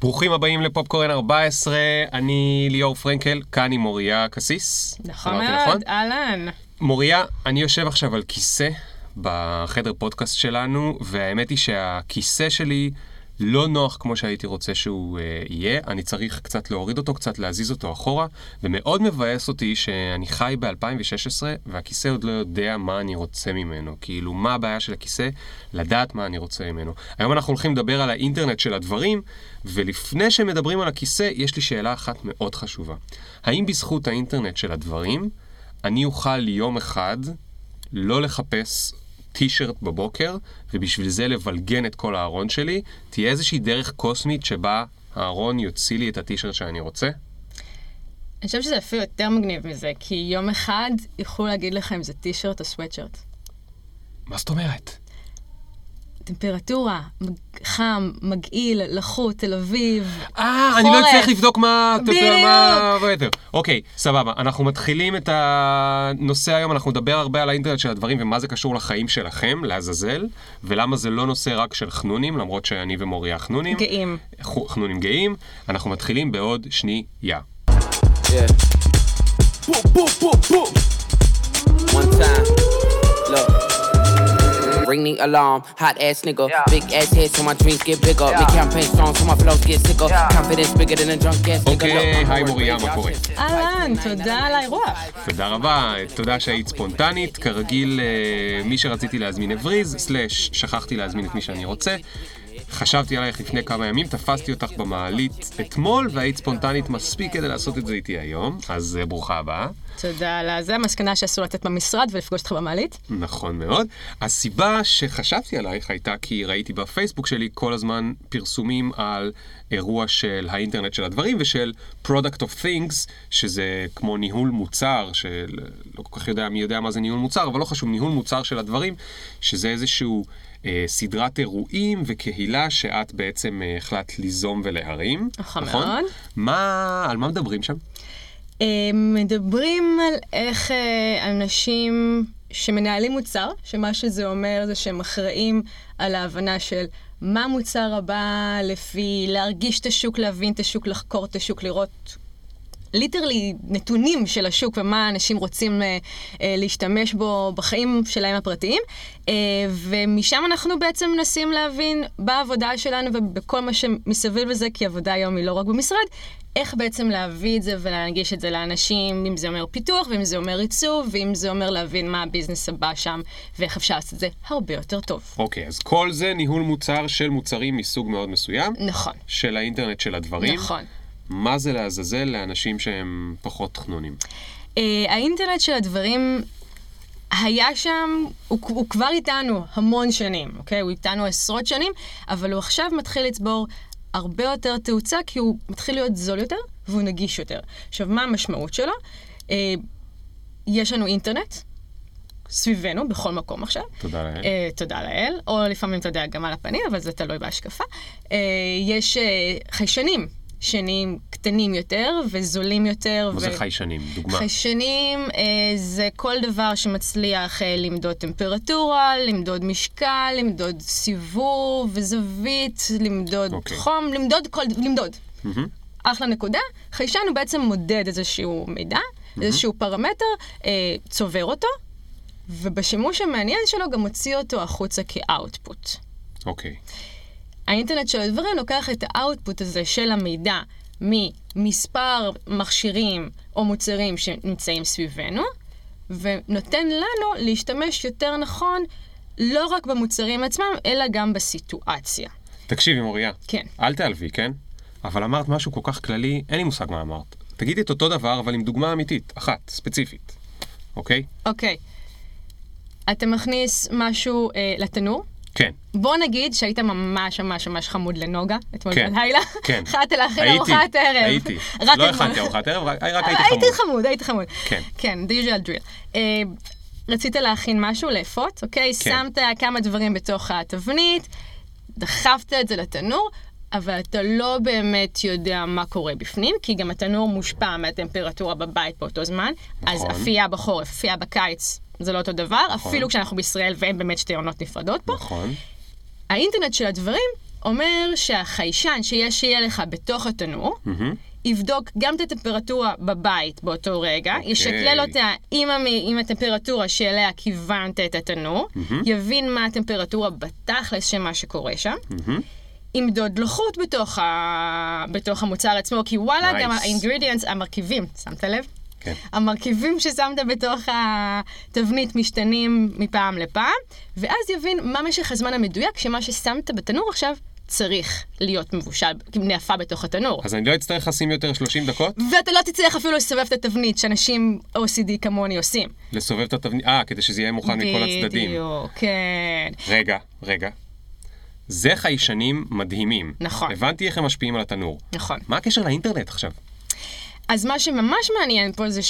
ברוכים הבאים לפופקורן 14, אני ליאור פרנקל, כאן עם מוריה קסיס. נכון מאוד, אהלן. מוריה, אני יושב עכשיו על כיסא בחדר פודקאסט שלנו, והאמת היא שהכיסא שלי לא נוח כמו שהייתי רוצה שהוא יהיה. אני צריך קצת להוריד אותו, קצת להזיז אותו אחורה, ומאוד מבאס אותי שאני חי ב-2016, והכיסא עוד לא יודע מה אני רוצה ממנו. כאילו, מה הבעיה של הכיסא? לדעת מה אני רוצה ממנו. היום אנחנו הולכים לדבר על האינטרנט של הדברים, ולפני שמדברים על הכיסא, יש לי שאלה אחת מאוד חשובה. האם בזכות האינטרנט של הדברים, אני אוכל יום אחד לא לחפש טישרט בבוקר, ובשביל זה לבלגן את כל הארון שלי, תהיה איזושהי דרך קוסמית שבה הארון יוציא לי את הטישרט שאני רוצה? אני חושבת שזה אפילו יותר מגניב מזה, כי יום אחד יוכלו להגיד לך אם זה טישרט או סוויטשרט. מה זאת אומרת? טמפרטורה, חם, מגעיל, לחות, תל אביב, אני לא צריך לבדוק מה... בדיוק. אוקיי, סבבה. אנחנו מתחילים את הנושא היום, אנחנו נדבר הרבה על האינטרנט של הדברים, ומה זה קשור לחיים שלכם, לעזאזל, ולמה זה לא נושא רק של חנונים, למרות שאני ומוריה חנונים. גאים. חנונים גאים. אנחנו מתחילים בעוד שנייה. One time, look. Ring the alarm, hot ass nigga. Big ass head so my dreams get bigger. Big campaign strong so my flows get sicker. Confidence bigger than a drunk ass nigga. אוקיי, היי מוריה, מה קורה? אהלן, תודה על האירוח. תודה רבה, תודה שהיית ספונטנית. כרגיל, מי שרציתי להזמין הבריז, שכחתי להזמין את מי שאני רוצה. חשבתי עלייך לפני כמה ימים, תפסתי אותך במעלית אתמול, והיית ספונטנית מספיק כדי לעשות את זה איתי היום, אז ברוכה הבאה. תודה על זה, המסקנה שאסור לתת במשרד ולפגוש אותך במעלית. נכון מאוד. הסיבה שחשבתי עלייך הייתה כי ראיתי בפייסבוק שלי כל הזמן פרסומים על אירוע של האינטרנט של הדברים ושל Product of Things, שזה כמו ניהול מוצר, שלא כל כך יודע מי יודע מה זה ניהול מוצר, אבל לא חשוב, ניהול מוצר של הדברים, שזה איזשהו סדרת אירועים וקהילה שאת בעצם החלט ליזום ולהרים. נכון נכון? מאוד. על מה מדברים שם? מדברים על איך אנשים שמנהלים מוצר, שמה שזה אומר זה שהם אחראים על ההבנה של מה המוצר הבא, לפי להרגיש את השוק, להבין את השוק, לחקור את השוק, לראות ליטרלי נתונים של השוק ומה אנשים רוצים להשתמש בו בחיים שלהם הפרטיים, ומשם אנחנו בעצם מנסים להבין בעבודה שלנו ובכל מה שמסביב לזה, כי עבודה היום היא לא רק במשרד, איך בעצם להביא את זה ולהנגיש את זה לאנשים, אם זה אומר פיתוח, ואם זה אומר עיצוב, ואם זה אומר להבין מה הביזנס הבא שם, ואיך אפשר לעשות את זה הרבה יותר טוב. אוקיי, אז כל זה ניהול מוצר של מוצרים מסוג מאוד מסוים. נכון. של האינטרנט של הדברים. נכון. מה זה לעזאזל לאנשים שהם פחות חנונים? האינטרנט של הדברים היה שם, הוא כבר איתנו המון שנים, אוקיי? הוא איתנו עשרות שנים, אבל הוא עכשיו מתחיל לצבור הרבה יותר תאוצה, כי הוא מתחיל להיות זול יותר, והוא נגיש יותר. עכשיו, מה המשמעות שלו? יש לנו אינטרנט, סביבנו, בכל מקום עכשיו. תודה לאל. תודה לאל, או לפעמים, אתה יודע, גם על הפנים, אבל זה תלוי בהשקפה. יש חיישנים, שנים קטנים יותר וזולים יותר. מה זה חיישנים? דוגמה. חיישנים זה כל דבר שמצליח למדוד טמפרטורה, למדוד משקל, למדוד סיבוב וזווית, למדוד חום, למדוד. אחלה נקודה. חיישן הוא בעצם מודד איזשהו מידע, איזשהו פרמטר, צובר אותו, ובשימוש המעניין שלו גם מוציא אותו החוצה כאוטפוט. אוקיי. האינטרנט של הדברים לוקח את האוטפוט הזה של המידע ממספר מכשירים או מוצרים שנמצאים סביבנו, ונותן לנו להשתמש יותר נכון לא רק במוצרים עצמם, אלא גם בסיטואציה. תקשיבי מוריה. כן. אל תעלבי, כן? אבל אמרת משהו כל כך כללי, אין לי מושג מה אמרת. תגידי את אותו דבר, אבל עם דוגמה אמיתית, אחת, ספציפית. אוקיי? אוקיי. אתה מכניס משהו לתנור? כן. בוא נגיד שהיית ממש ממש ממש חמוד לנוגה, אתמול כן. בלילה. כן. יכלת להכין ארוחת ערב. הייתי. לא הכנתי ארוחת ערב, רק הייתי חמוד. הייתי חמוד. כן. כן, the usual drill. רצית להכין משהו, לאפות, אוקיי? כן. שמת כמה דברים בתוך התבנית, דחפת את זה לתנור, אבל אתה לא באמת יודע מה קורה בפנים, כי גם התנור מושפע מהטמפרטורה בבית באותו זמן, נכון. אז אפייה בחורף, אפייה בקיץ, זה לא אותו דבר, נכון. אפילו כשאנחנו בישראל ואין באמת שתי עונות נפרדות פה. נכון. האינטרנט של הדברים אומר שהחיישן שיהיה לך בתוך התנור, יבדוק גם את הטמפרטורה בבית באותו רגע, ישקלל אותה עם הטמפרטורה שאליה כיוונת את התנור, יבין מה הטמפרטורה בתכלס של מה שקורה שם, ימדוד לחות בתוך המוצר עצמו, כי וואלה, גם האינגרדיאנטס, המרכיבים, שמת לב? כן. המרכיבים ששמת בתוך התבנית משתנים מפעם לפעם, ואז יבין מה משך הזמן המדויק שמה ששמת בתנור עכשיו צריך להיות מבושל, נאפה בתוך התנור. אז אני לא אצטרך לשים יותר 30 דקות? ואתה לא תצטרך אפילו לסובב את התבנית שאנשים OCD כמוני עושים. לסובב את התבנית, כדי שזה יהיה מוכן מכל הצדדים. בדיוק, כן. רגע. זה חיישנים מדהימים. נכון. הבנתי איך הם משפיעים על התנור. נכון. מה הקשר לאינטרנט עכשיו? אז מה שממש מעניין פה זה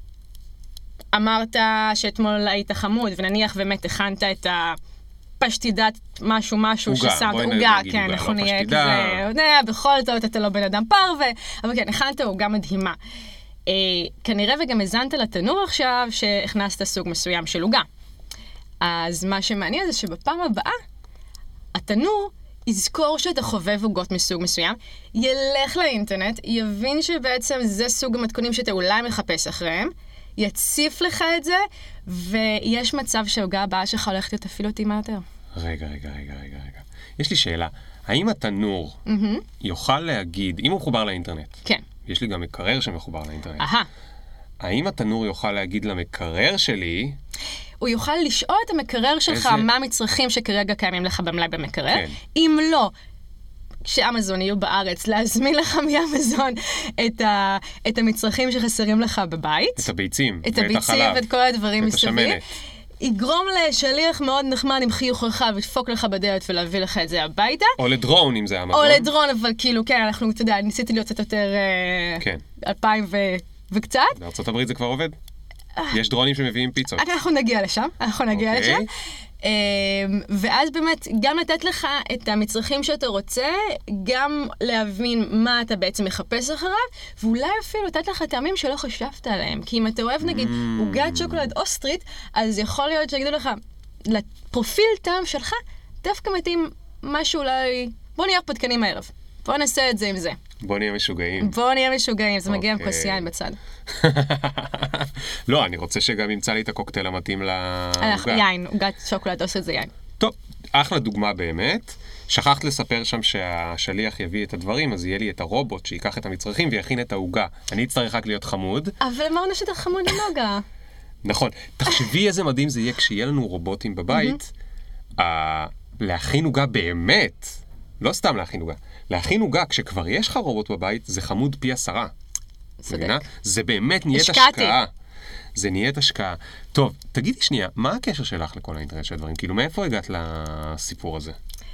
שאמרת שאתמול היית חמוד, ונניח באמת הכנת את הפשטידת משהו ששמת, עוגה, כן, אנחנו נהיה כזה, בכל זאת אתה לא בן אדם פרווה, אבל כן, הכנת עוגה מדהימה. כנראה וגם הזנת לתנור עכשיו שהכנסת סוג מסוים של עוגה. אז מה שמעניין זה שבפעם הבאה, התנור יזכור שאתה חובב עוגות מסוג מסוים, ילך לאינטרנט, יבין שבעצם זה סוג המתכונים שאתה אולי מחפש אחריהם, יציף לך את זה, ויש מצב שהעוגה הבאה שלך הולכת להיות אפילו טעימה יותר. רגע. יש לי שאלה, האם התנור יוכל להגיד, אם הוא מחובר לאינטרנט, כן. יש לי גם מקרר שמחובר לאינטרנט, האם התנור יוכל להגיד למקרר שלי, הוא יוכל לשאול את המקרר שלך מה המצרכים שכרגע קיימים לך במלאי במקרר. כן. אם לא, כשאמזון יהיו בארץ, להזמין לך מאמזון את המצרכים שחסרים לך בבית. את הביצים, את הביצים ואת כל הדברים מסביב. השמנת. יגרום לשליח מאוד נחמד עם חיוך רחב, ודפוק לך בדלת ולהביא לך את זה הביתה. או לדרון, אם זה אמזון. או לדרון, אבל כאילו, כן, אתה יודע, ניסיתי להיות קצת יותר 2000 וקצת. בארצות הברית זה כבר עובד? יש דרונים שמביאים פיצות. אנחנו נגיע לשם, ואז באמת, גם לתת לך את המצרכים שאתה רוצה, גם להבין מה אתה בעצם מחפש אחריו, ואולי אפילו לתת לך טעמים שלא חשבת עליהם. כי אם אתה אוהב, נגיד, עוגת שוקולד אוסטרית, אז יכול להיות שיגידו לך, לפרופיל טעם שלך, דווקא מתאים משהו אולי, בוא נהיה פתקנים הערב. בוא נעשה את זה עם זה. בוא נהיה משוגעים. זה מגיע עם כוס יין בצד. לא, אני רוצה שגם ימצא לי את הקוקטייל המתאים לעוגה. יין, עוגת שוקולד אוסטרית זה יין. טוב, אחלה דוגמה באמת. שכחת לספר שם שהשליח יביא את הדברים, אז יהיה לי את הרובוט שיקח את המצרכים ויכין את העוגה. אני אצטרך רק להיות חמוד. אבל אמרנו שאתה חמוד עם עוגה. נכון. תחשבי איזה מדהים זה יהיה כשיהיה לנו רובוטים בבית, להכין עוגה באמת. לא סתם להכין עוגה. להכין עוגה, כשכבר יש לך רובוט בבית, זה חמוד פי 10. מבינה? זה באמת נהיית השקעה. זה נהיית השקעה. טוב, תגידי שנייה, מה הקשר שלך לכל האינטרנט של הדברים? כאילו, מאיפה הגעת לסיפור הזה?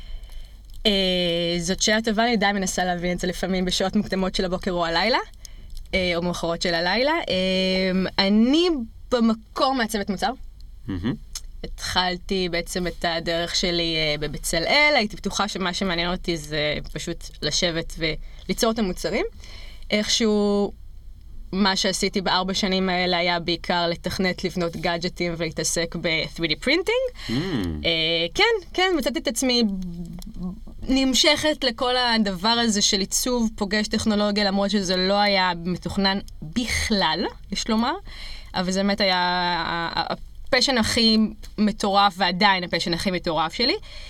זאת שאלה טובה, אני די מנסה להבין את זה לפעמים בשעות מוקדמות של הבוקר או הלילה, או מאוחרות של הלילה. אני במקור מעצבת מוצר. התחלתי בעצם את הדרך שלי בבצלאל, הייתי בטוחה שמה שמעניין אותי זה פשוט לשבת וליצור את המוצרים. איכשהו מה שעשיתי ב4 שנים האלה היה בעיקר לתכנת, לבנות גאדג'טים ולהתעסק ב-3D printing. כן, מצאתי את עצמי נמשכת לכל הדבר הזה של עיצוב פוגש טכנולוגיה, למרות שזה לא היה מתוכנן בכלל, יש לומר, אבל זה באמת היה הפשן הכי מטורף, ועדיין הפשן הכי מטורף שלי.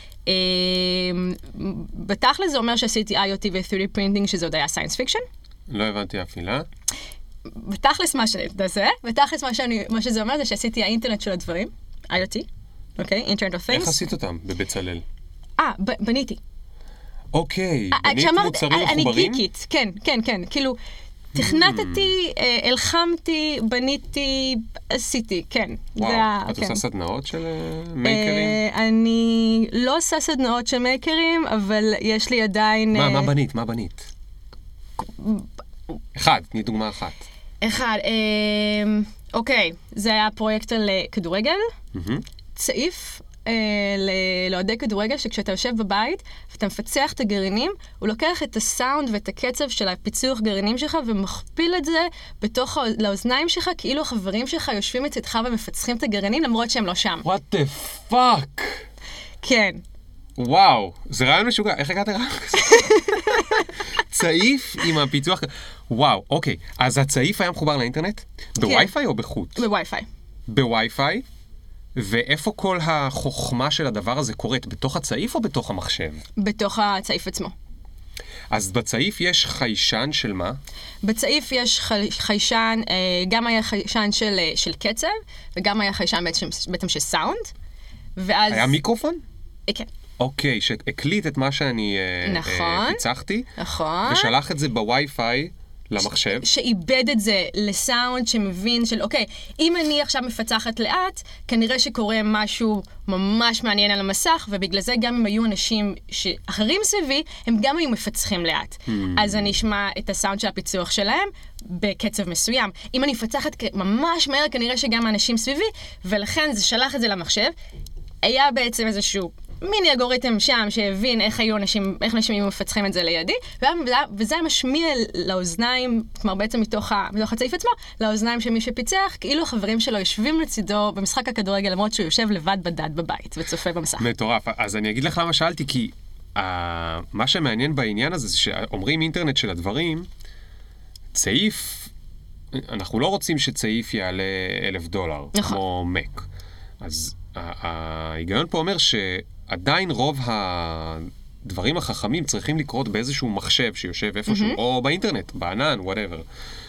בתכל'ס זה אומר שעשיתי IoT ו-3D printing, שזה עוד היה science fiction. לא הבנתי אף מילה. בתכל'ס מה שזה אומר זה שעשיתי האינטרנט של הדברים, IoT, אוקיי? Internet of Things. איך עשית אותם בבצלאל? בניתי. אוקיי, בנית מוצרים מחוברים? אני גיקית, כן, כאילו, תכנתתי, הלחמתי, בניתי, עשיתי, כן. וואו, את עושה סדנאות של מייקרים? אני לא עושה סדנאות של מייקרים, אבל יש לי עדיין... מה בנית? תני דוגמה אחת. אוקיי, זה היה פרויקט על כדורגל, צעיף, לאוהדי כדורגל, שכשאתה יושב בבית ואתה מפצח את הגרעינים, הוא לוקח את הסאונד ואת הקצב של הפיצוח גרעינים שלך ומכפיל את זה בתוך לאוזניים שלך, כאילו החברים שלך יושבים אצלך ומפצחים את הגרעינים למרות שהם לא שם. What the fuck? כן. וואו, זה רעיון משוגע, איך הגעת רעיון כזה? צעיף עם הפיצוח, וואו, אוקיי, אז הצעיף היה מחובר לאינטרנט? בווי-פיי או בחוט? בווי-פיי. בווי-פיי? ואיפה כל החוכמה של הדבר הזה קורית? בתוך הצעיף או בתוך המחשב? בתוך הצעיף עצמו. אז בצעיף יש חיישן של מה? בצעיף יש חיישן, גם היה חיישן של קצב, וגם היה חיישן בעצם של סאונד, ואז... היה מיקרופון? כן. אוקיי, שהקליט את מה שאני פיצחתי, נכון. ושלח את זה בווי-פיי למחשב. שאיבד את זה לסאונד שמבין של, אוקיי, אם אני עכשיו מפצחת לאט, כנראה שקורה משהו ממש מעניין על המסך, ובגלל זה גם אם היו אנשים אחרים סביבי, הם גם היו מפצחים לאט. אז אני אשמע את הסאונד של הפיצוח שלהם בקצב מסוים. אם אני מפצחת ממש מהר, כנראה שגם האנשים סביבי, ולכן זה שלח את זה למחשב. היה בעצם איזשהו מיני אלגוריתם שם שהבין איך אנשים היו מפצחים את זה לידי, וזה היה משמיע לאוזניים, כלומר בעצם מתוך הצעיף עצמו, לאוזניים של מי שפיצח, כאילו החברים שלו יושבים לצידו במשחק הכדורגל, למרות שהוא יושב לבד בדד בבית וצופה במסך. מטורף. אז אני אגיד לך למה שאלתי, כי מה שמעניין בעניין הזה זה שאומרים אינטרנט של הדברים, צעיף, אנחנו לא רוצים שצעיף יעלה $1,000, כמו מק. אז ההיגיון פה אומר שעדיין רוב הדברים החכמים צריכים לקרות באיזשהו מחשב שיושב איפשהו, או באינטרנט, בענן, whatever.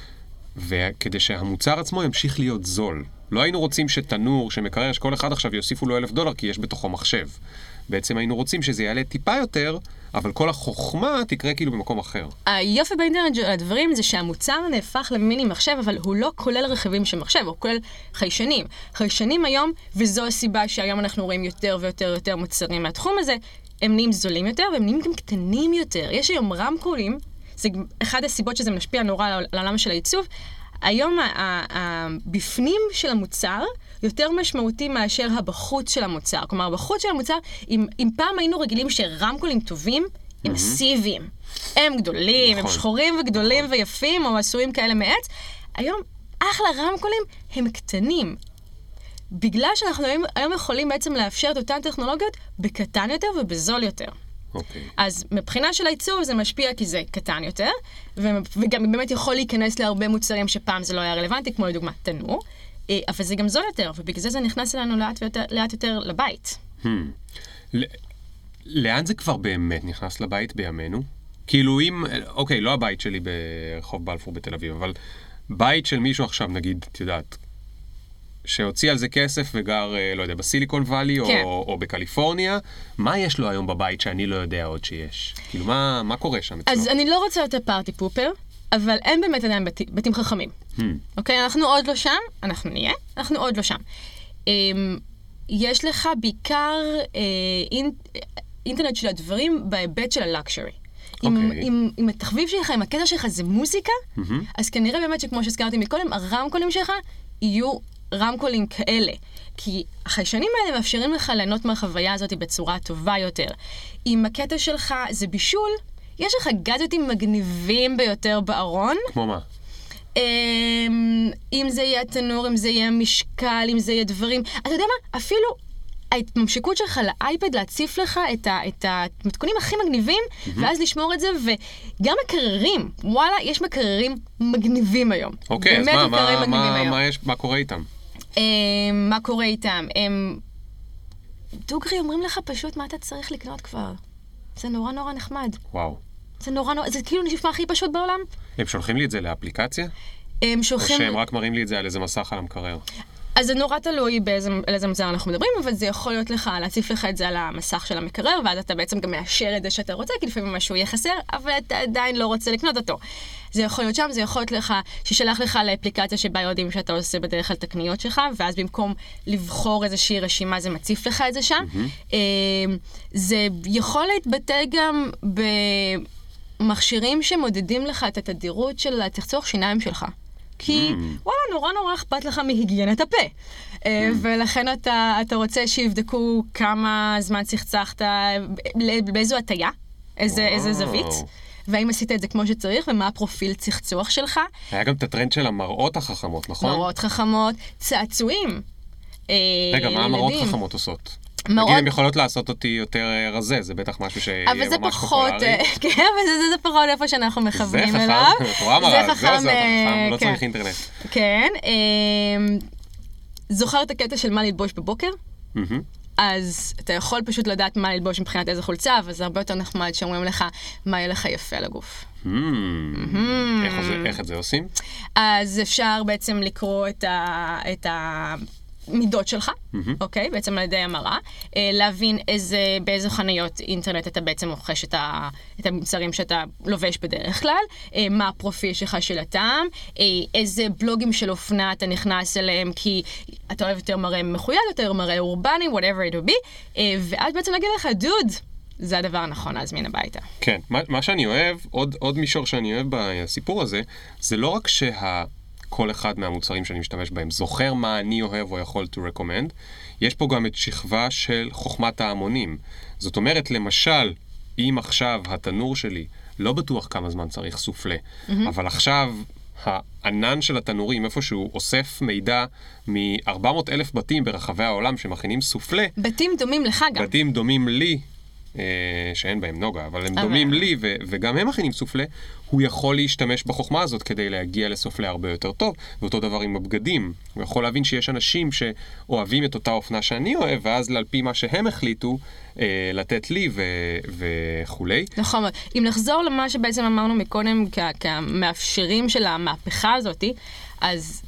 וכדי שהמוצר עצמו ימשיך להיות זול. לא היינו רוצים שתנור, שמקרר, שכל אחד עכשיו יוסיפו לו $1,000 כי יש בתוכו מחשב. בעצם היינו רוצים שזה יעלה טיפה יותר, אבל כל החוכמה תקרה כאילו במקום אחר. היופי באינטרנט של הדברים זה שהמוצר נהפך למיני מחשב, אבל הוא לא כולל רכיבים של מחשב, הוא כולל חיישנים. חיישנים היום, וזו הסיבה שהיום אנחנו רואים יותר ויותר מוצרים מהתחום הזה, הם נהיים זולים יותר, והם נהיים גם קטנים יותר. יש היום רמקולים, זה אחד הסיבות שזה משפיע נורא על העולם של העיצוב, היום הבפנים של המוצר יותר משמעותי מאשר הבחוץ של המוצר. כלומר, הבחוץ של המוצר, אם פעם היינו רגילים שרמקולים טובים, הם מסיביים. הם גדולים, הם שחורים וגדולים ויפים, או עשויים כאלה מעץ. היום, אחלה רמקולים הם קטנים. בגלל שאנחנו היום יכולים בעצם לאפשר את אותן טכנולוגיות בקטן יותר ובזול יותר. אז מבחינה של העיצוב זה משפיע כי זה קטן יותר, וגם באמת יכול להיכנס להרבה מוצרים שפעם זה לא היה רלוונטי, כמו לדוגמה תנור, אבל זה גם זול יותר, ובגלל זה נכנס אלינו לאט יותר לבית. לאן זה כבר באמת נכנס לבית בימינו? כאילו אם, אוקיי, לא הבית שלי ברחוב בלפור בתל אביב, אבל בית של מישהו עכשיו, נגיד, את יודעת, שהוציא על זה כסף וגר, לא יודע, בסיליקון ואלי או בקליפורניה, מה יש לו היום בבית שאני לא יודע עוד שיש? כאילו, מה קורה שם אצלו? אז אני לא רוצה יותר פארטי פופר, אבל אין באמת עדיין בתים חכמים. אוקיי? אנחנו עוד לא שם, אנחנו נהיה, אנחנו עוד לא שם. יש לך בעיקר אינטרנט של הדברים בהיבט של הלקשרי. אם התחביב שלך, אם הקטע שלך זה מוזיקה, אז כנראה באמת שכמו שהזכרתי מקודם, הרמקולים שלך יהיו רמקולים כאלה. כי החיישנים האלה מאפשרים לך ליהנות מהחוויה הזאת בצורה טובה יותר. אם הקטע שלך זה בישול, יש לך גאדג'טים מגניבים ביותר בארון. כמו מה? אם זה יהיה תנור, אם זה יהיה משקל, אם זה יהיה דברים. אתה יודע מה? אפילו ההתממשקות שלך לאייפד להציף לך את המתכונים הכי מגניבים, ואז לשמור את זה, וגם מקררים. וואלה, יש מקררים מגניבים היום. אוקיי, אז מה קורה איתם? מה קורה איתם? דוגרי אומרים לך פשוט מה אתה צריך לקנות כבר. זה נורא נורא נחמד. וואו. זה נורא נורא, זה כאילו נשמע הכי פשוט בעולם. הם שולחים לי את זה לאפליקציה? הם שולחים... או שהם רק מראים לי את זה על איזה מסך על המקרר? אז זה נורא תלוי על איזה מוצר אנחנו מדברים, אבל זה יכול להיות לך, להציף לך את זה על המסך של המקרר, ואז אתה בעצם גם מאשר את זה שאתה רוצה, כי לפעמים משהו יהיה חסר, אבל אתה עדיין לא רוצה לקנות אותו. זה יכול להיות שם, זה יכול להיות לך, ששלח לך לאפליקציה שבה יודעים שאתה עושה בדרך כלל תקניות שלך, ואז במקום לבחור איזושהי רשימה, זה מציף לך את זה שם. זה יכול להתבטא גם במכשירים שמודדים לך את התדירות של התחצוח שיניים שלך. כי וואלה, נורא אכפת לך מהיגיינת הפה. ולכן אתה רוצה שיבדקו כמה זמן צחצחת, באיזו הטיה, איזה זווית, והאם עשית את זה כמו שצריך, ומה הפרופיל צחצוח שלך. היה גם את הטרנד של המראות החכמות, נכון? מראות חכמות, צעצועים. רגע, מה המראות חכמות עושות? נגיד, הן יכולות לעשות אותי יותר רזה, זה בטח משהו שיהיה ממש פופולרי. כן, אבל זה פחות איפה שאנחנו מכוונים אליו. זה חכם, תורה מראה, זה חכם, לא צריך אינטרנט. כן. זוכר את הקטע של מה ללבוש בבוקר? אז אתה יכול פשוט לדעת מה ללבוש מבחינת איזה חולצה, אבל זה הרבה יותר נחמד שאומרים לך מה יהיה לך יפה לגוף. איך את זה עושים? אז אפשר בעצם לקרוא את המידות שלך, אוקיי? בעצם על ידי המראה, להבין באיזה חנויות אינטרנט אתה בעצם רוכש את המוצרים שאתה לובש בדרך כלל, מה הפרופיל שלך של הטעם, איזה בלוגים של אופנה אתה נכנס אליהם, כי אתה אוהב יותר מראה מחויד, יותר מראה אורבני, whatever it will be, ואז בעצם להגיד לך, דוד, זה הדבר הנכון להזמין הביתה. כן, מה שאני אוהב, עוד מישור שאני אוהב בסיפור הזה, זה לא רק כל אחד מהמוצרים שאני משתמש בהם זוכר מה אני אוהב או יכול to recommend, יש פה גם את שכבה של חוכמת ההמונים. זאת אומרת, למשל, אם עכשיו התנור שלי לא בטוח כמה זמן צריך סופלה, אבל עכשיו הענן של התנורים, איפשהו אוסף מידע מ-400,000 בתים ברחבי העולם שמכינים סופלה. בתים דומים לך גם. בתים דומים לי, שאין בהם נוגה, אבל הם דומים לי, וגם הם מכינים סופלה, הוא יכול להשתמש בחוכמה הזאת כדי להגיע לסופלה הרבה יותר טוב, ואותו דבר עם הבגדים. הוא יכול להבין שיש אנשים שאוהבים את אותה אופנה שאני אוהב, ואז על פי מה שהם החליטו לתת לי וכולי. נכון, אם נחזור למה שבעצם אמרנו מקודם כמאפשרים של המהפכה הזאת, אז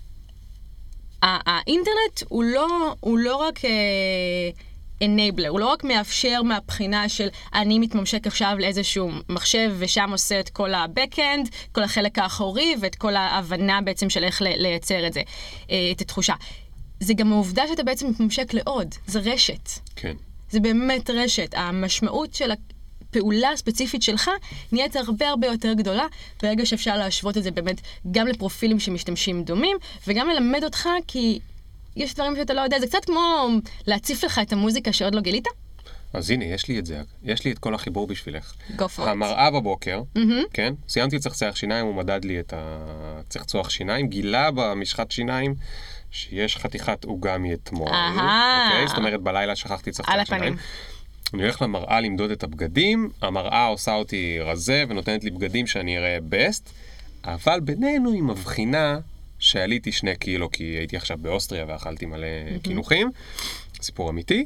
האינטרנט הוא לא רק enabler, הוא לא רק מאפשר מהבחינה של אני מתממשק עכשיו לאיזשהו מחשב ושם עושה את כל ה-backend, כל החלק האחורי ואת כל ההבנה בעצם של איך לייצר את זה, את התחושה. זה גם העובדה שאתה בעצם מתממשק לעוד, זה רשת. כן. זה באמת רשת. המשמעות של הפעולה הספציפית שלך נהיית הרבה הרבה יותר גדולה, ברגע שאפשר להשוות את זה באמת גם לפרופילים שמשתמשים דומים, וגם ללמד אותך כי יש דברים שאתה לא יודע, זה קצת כמו להציף לך את המוזיקה שעוד לא גילית. אז הנה, יש לי את זה, יש לי את כל החיבור בשבילך. Go for it. המראה בבוקר, כן? סיימתי לצחצח שיניים, הוא מדד לי את הצחצוח שיניים, גילה במשחת שיניים שיש חתיכת עוגה מאתמול. אוקיי? זאת אומרת, בלילה שכחתי לצחצח שיניים. אני הולך למראה למדוד את הבגדים, המראה עושה אותי רזה ונותנת לי בגדים שאני אראה בסט, אבל בינינו היא מבחינה שעליתי 2 קילו, כי הייתי עכשיו באוסטריה ואכלתי מלא קינוחים, סיפור אמיתי.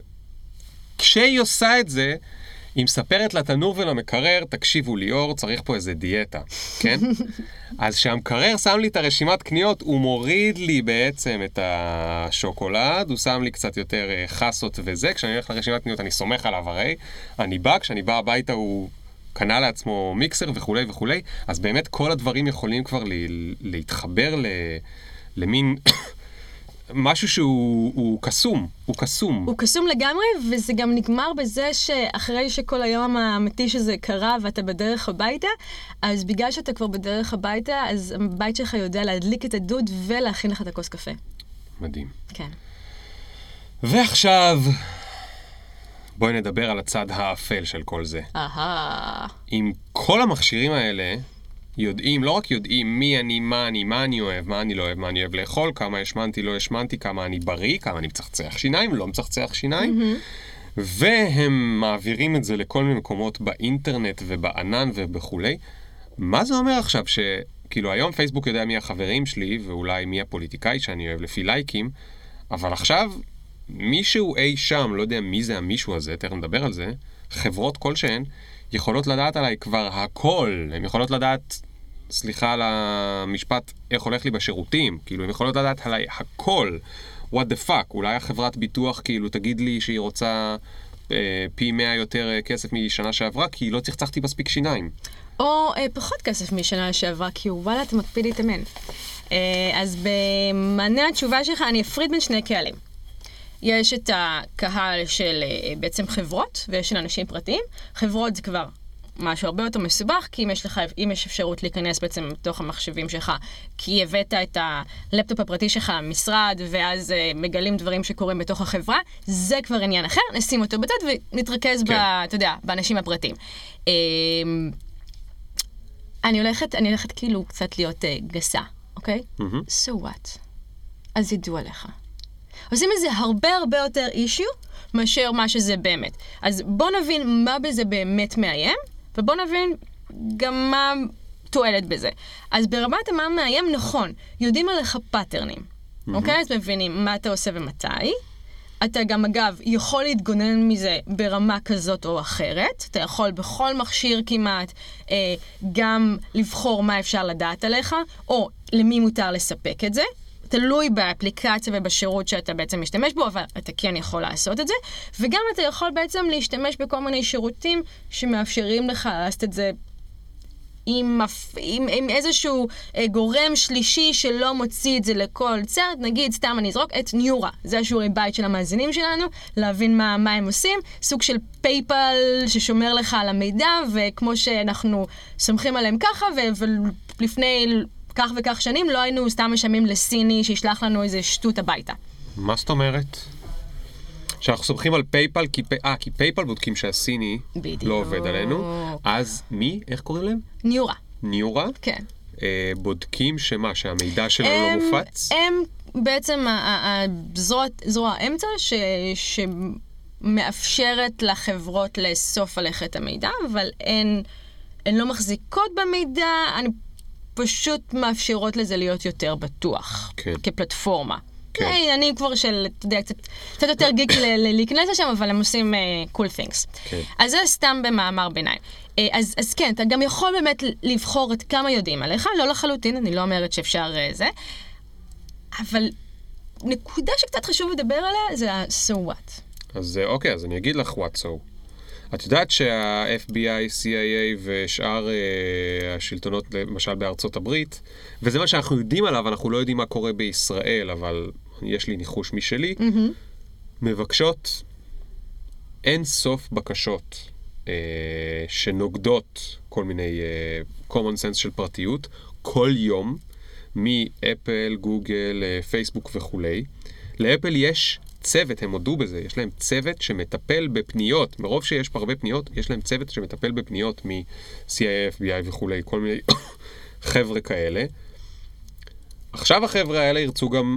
כשהיא עושה את זה, היא מספרת לתנור ולמקרר, תקשיבו ליאור, צריך פה איזה דיאטה, כן? אז שהמקרר שם לי את הרשימת קניות, הוא מוריד לי בעצם את השוקולד, הוא שם לי קצת יותר חסות וזה, כשאני הולך לרשימת קניות אני סומך עליו הרי, כשאני בא הביתה הוא קנה לעצמו מיקסר וכו' וכו', אז באמת כל הדברים יכולים כבר להתחבר למין משהו שהוא קסום, הוא קסום. הוא קסום לגמרי, וזה גם נגמר בזה שאחרי שכל היום המתיש הזה קרה ואתה בדרך הביתה, אז בגלל שאתה כבר בדרך הביתה, אז הבית שלך יודע להדליק את הדוד ולהכין לך את הכוס קפה. מדהים. כן. ועכשיו בואי נדבר על הצד האפל של כל זה. עם כל המכשירים האלה, יודעים, לא רק יודעים מי אני, מה אני אוהב, מה אני לא אוהב, מה אני אוהב לאכול, כמה השמנתי, לא השמנתי, כמה אני בריא, כמה אני מצחצח שיניים, לא מצחצח שיניים, והם מעבירים את זה לכל מיני מקומות באינטרנט ובענן ובכולי. מה זה אומר עכשיו שכאילו היום פייסבוק יודע מי החברים שלי, ואולי מי הפוליטיקאי שאני אוהב לפי לייקים, אבל עכשיו מישהו אי שם, לא יודע מי זה המישהו הזה, תכף נדבר על זה, חברות כלשהן, יכולות לדעת עליי כבר הכל. הן יכולות לדעת, סליחה על המשפט, איך הולך לי בשירותים. כאילו, הן יכולות לדעת עליי הכל. What the fuck? אולי החברת ביטוח כאילו תגיד לי שהיא רוצה פי 100 יותר כסף משנה שעברה, כי לא צחצחתי מספיק שיניים. או פחות כסף משנה שעברה, כי וואלה, אתה מקפיד להתאמן. אז במענה התשובה שלך, אני אפריד בין שני קהלים. יש את הקהל של בעצם חברות, ויש של אנשים פרטיים. חברות זה כבר משהו הרבה יותר מסובך, כי אם יש אפשרות להיכנס בעצם בתוך המחשבים שלך, כי הבאת את הלפטופ הפרטי שלך למשרד, ואז מגלים דברים שקורים בתוך החברה, זה כבר עניין אחר, נשים אותו בצד ונתרכז אתה יודע, באנשים הפרטיים. אני הולכת כאילו קצת להיות גסה, אוקיי? So what? אז ידעו עליך. עושים את זה הרבה הרבה יותר אישיו, מאשר מה שזה באמת. אז בוא נבין מה בזה באמת מאיים, ובוא נבין גם מה תועלת בזה. אז ברמת מה מאיים, נכון, יודעים עליך פאטרנים. אוקיי? אז מבינים מה אתה עושה ומתי. אתה גם, אגב, יכול להתגונן מזה ברמה כזאת או אחרת. אתה יכול בכל מכשיר כמעט גם לבחור מה אפשר לדעת עליך, או למי מותר לספק את זה. תלוי באפליקציה ובשירות שאתה בעצם משתמש בו, אבל אתה כן יכול לעשות את זה. וגם אתה יכול בעצם להשתמש בכל מיני שירותים שמאפשרים לך לעשות את זה עם איזשהו גורם שלישי שלא מוציא את זה לכל צד. נגיד, סתם אני אזרוק את ניורה. זה השיעורי בית של המאזינים שלנו, להבין מה הם עושים. סוג של פייפל ששומר לך על המידע, וכמו שאנחנו סומכים עליהם ככה, ולפני כך וכך שנים לא היינו סתם משלמים לסיני שישלח לנו איזה שטות הביתה. מה זאת אומרת? שאנחנו סומכים על פייפל, כי פייפל בודקים שהסיני לא עובד עלינו. אז מי? איך קוראים להם? ניורה. ניורה? כן. בודקים שמה? שהמידע שלנו לא מופץ? הם בעצם זרוע האמצע שמאפשרת לחברות לאסוף עליך את המידע, אבל הן לא מחזיקות במידע, אני פשוט מאפשרות לזה להיות יותר בטוח, כן. כפלטפורמה. כן. אני כבר אתה יודע, קצת יותר גיק להיכנס לשם, אבל הם עושים cool things. כן. אז זה סתם במאמר ביניים. אז כן, אתה גם יכול באמת לבחור את כמה יודעים עליך, לא לחלוטין, אני לא אומרת שאפשר זה, אבל נקודה שקצת חשוב לדבר עליה, זה ה-so what. אז אוקיי, אז אני אגיד לך what so. את יודעת שה-FBI, CIA ושאר השלטונות, למשל בארצות הברית, וזה מה שאנחנו יודעים עליו, אנחנו לא יודעים מה קורה בישראל, אבל יש לי ניחוש משלי, מבקשות אין סוף בקשות שנוגדות כל מיני common sense של פרטיות, כל יום, מאפל, גוגל, פייסבוק וכולי. לאפל יש צוות, הם הודו בזה, יש להם צוות שמטפל בפניות, מרוב שיש פה הרבה פניות, יש להם צוות שמטפל בפניות מ-CIA, FBI וכולי, כל מיני חבר'ה כאלה. עכשיו החבר'ה האלה ירצו גם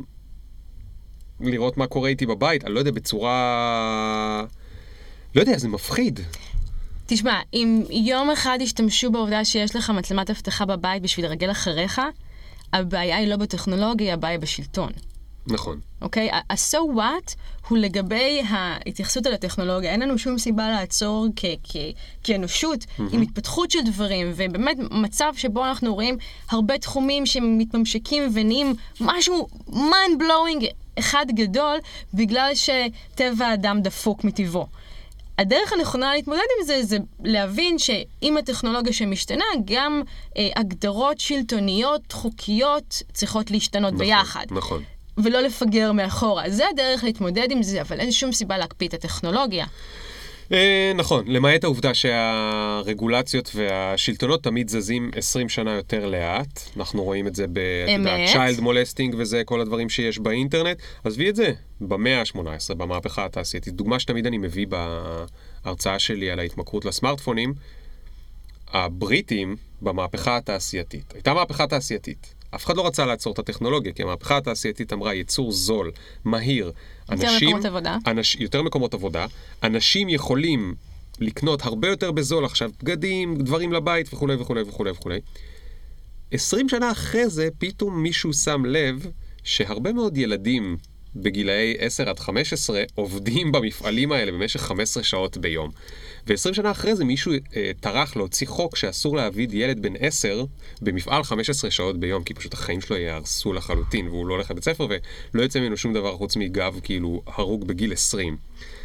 לראות מה קורה איתי בבית, אני לא יודע, בצורה... לא יודע, זה מפחיד. תשמע, אם יום אחד ישתמשו בעובדה שיש לך מצלמת אבטחה בבית בשביל לרגל אחריך, הבעיה היא לא בטכנולוגיה, הבעיה היא בשלטון. נכון. אוקיי? ה-so what הוא לגבי ההתייחסות על הטכנולוגיה. אין לנו שום סיבה לעצור כאנושות עם התפתחות של דברים, ובאמת מצב שבו אנחנו רואים הרבה תחומים שמתממשקים ונהיים משהו mind blowing אחד גדול, בגלל שטבע האדם דפוק מטבעו. הדרך הנכונה להתמודד עם זה, זה להבין שעם הטכנולוגיה שמשתנה, גם הגדרות שלטוניות, חוקיות, צריכות להשתנות ביחד. נכון. ולא לפגר מאחורה. זה הדרך להתמודד עם זה, אבל אין שום סיבה להקפיא את הטכנולוגיה. נכון, למעט העובדה שהרגולציות והשלטונות תמיד זזים 20 שנה יותר לאט. אנחנו רואים את זה ב-child molesting וזה, כל הדברים שיש באינטרנט. עזבי את זה, במאה ה-18, במהפכה התעשייתית. דוגמה שתמיד אני מביא בהרצאה שלי על ההתמכרות לסמארטפונים, הבריטים במהפכה התעשייתית. הייתה מהפכה תעשייתית. אף אחד לא רצה לעצור את הטכנולוגיה, כי המהפכה התעשייתית אמרה ייצור זול, מהיר. יותר מקומות עבודה. יותר מקומות עבודה. אנשים יכולים לקנות הרבה יותר בזול עכשיו, בגדים, דברים לבית וכו' וכו' וכו' וכו'. 20 שנה אחרי זה, פתאום מישהו שם לב שהרבה מאוד ילדים בגילאי 10 עד 15 עובדים במפעלים האלה במשך 15 שעות ביום. ו20 שנה אחרי זה מישהו טרח להוציא חוק שאסור להעביד ילד בן 10 במפעל 15 שעות ביום, כי פשוט החיים שלו יהרסו לחלוטין, והוא לא הולך לבית ספר ולא יוצא ממנו שום דבר חוץ מגב כאילו הרוג בגיל 20.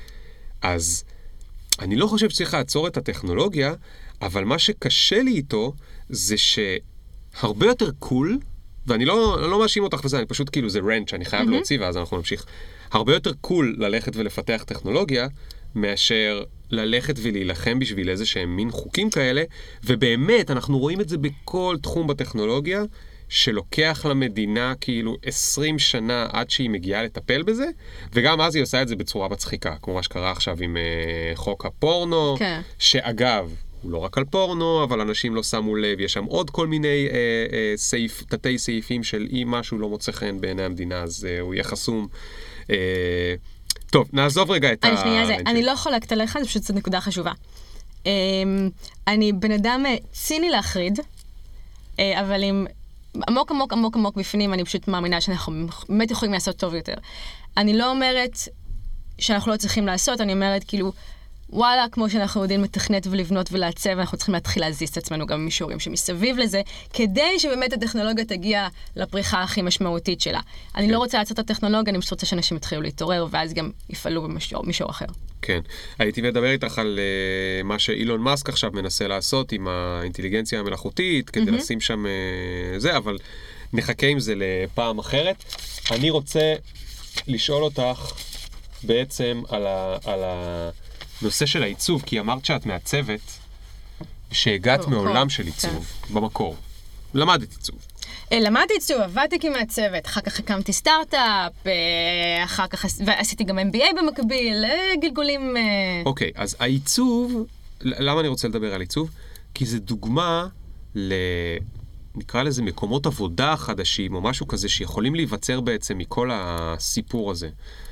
אז אני לא חושב שצריך לעצור את הטכנולוגיה, אבל מה שקשה לי איתו זה שהרבה יותר קול, ואני לא מאשים אותך וזה, אני פשוט כאילו זה רנט שאני חייב להוציא, ואז אנחנו נמשיך. הרבה יותר קול ללכת ולפתח טכנולוגיה, מאשר ללכת ולהילחם בשביל איזה שהם מין חוקים כאלה, ובאמת אנחנו רואים את זה בכל תחום בטכנולוגיה, שלוקח למדינה כאילו 20 שנה עד שהיא מגיעה לטפל בזה, וגם אז היא עושה את זה בצורה מצחיקה, כמו מה שקרה עכשיו עם חוק הפורנו, שאגב, הוא לא רק על פורנו, אבל אנשים לא שמו לב, יש שם עוד כל מיני תתי סעיפים של אם משהו לא מוצא חן בעיני המדינה, אז הוא יהיה חסום. טוב, נעזוב רגע את אני לא חולקת עליך, זה פשוט נקודה חשובה. אני בן אדם ציני להחריד, אבל עם עמוק עמוק עמוק עמוק בפנים, אני פשוט מאמינה שאנחנו באמת יכולים לעשות טוב יותר. אני לא אומרת שאנחנו לא צריכים לעשות, אני אומרת כאילו, וואלה, כמו שאנחנו יודעים לתכנת ולבנות ולעצב, אנחנו צריכים להתחיל להזיז את עצמנו גם במישורים שמסביב לזה, כדי שבאמת הטכנולוגיה תגיע לפריחה הכי משמעותית שלה. אני לא רוצה לעשות את הטכנולוגיה, אני פשוט רוצה שאנשים יתחילו להתעורר, ואז גם יפעלו במישור אחר. כן. הייתי מדבר איתך על מה שאילון מאסק עכשיו מנסה לעשות עם האינטליגנציה המלאכותית, כדי לשים שם זה, אבל נחכה עם זה לפעם אחרת. אני רוצה לשאול אותך בעצם על הנושא של העיצוב, כי אמרת שאת מעצבת, שהגעת מעולם של עיצוב, במקור. למדת עיצוב. למדתי עיצוב, עבדתי כמעצבת, אחר כך הקמתי סטארט-אפ, אחר כך עשיתי גם MBA במקביל, גלגולים... אוקיי, אז העיצוב, למה אני רוצה לדבר על עיצוב? כי זה דוגמה נקרא לזה מקומות עבודה חדשים, או משהו כזה שיכולים להיווצר בעצם מכל הסיפור הזה.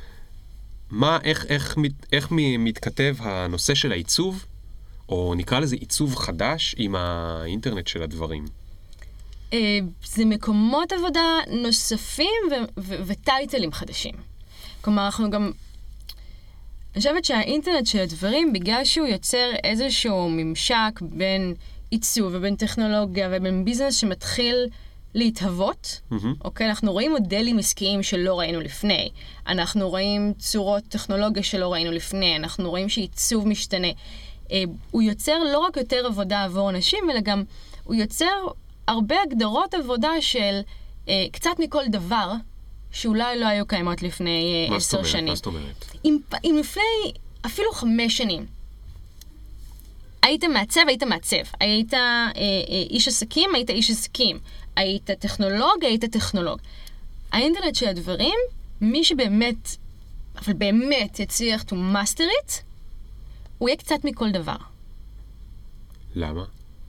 איך מתכתב הנושא של העיצוב, או נקרא לזה עיצוב חדש, עם האינטרנט של הדברים? זה מקומות עבודה נוספים וטייטלים חדשים. כלומר, אנחנו גם... אני חושבת שהאינטרנט של הדברים, בגלל שהוא יוצר איזשהו ממשק בין עיצוב ובין טכנולוגיה ובין ביזנס שמתחיל להתהוות, אוקיי? אנחנו רואים מודלים עסקיים שלא ראינו לפני. אנחנו רואים צורות טכנולוגיה שלא ראינו לפני. אנחנו רואים שעיצוב משתנה. הוא יוצר לא רק יותר עבודה עבור אנשים, אלא גם הוא יוצר הרבה הגדרות עבודה של קצת מכל דבר, שאולי לא היו קיימות לפני 10 שנים. מה זאת אומרת? אם לפני אפילו 5 שנים, היית מעצב, היית מעצב. היית איש עסקים, היית איש עסקים. היית טכנולוג, היית טכנולוג. האינטרנט של הדברים, מי שבאמת, אבל באמת יצליח to master it, הוא יהיה קצת מכל דבר. למה?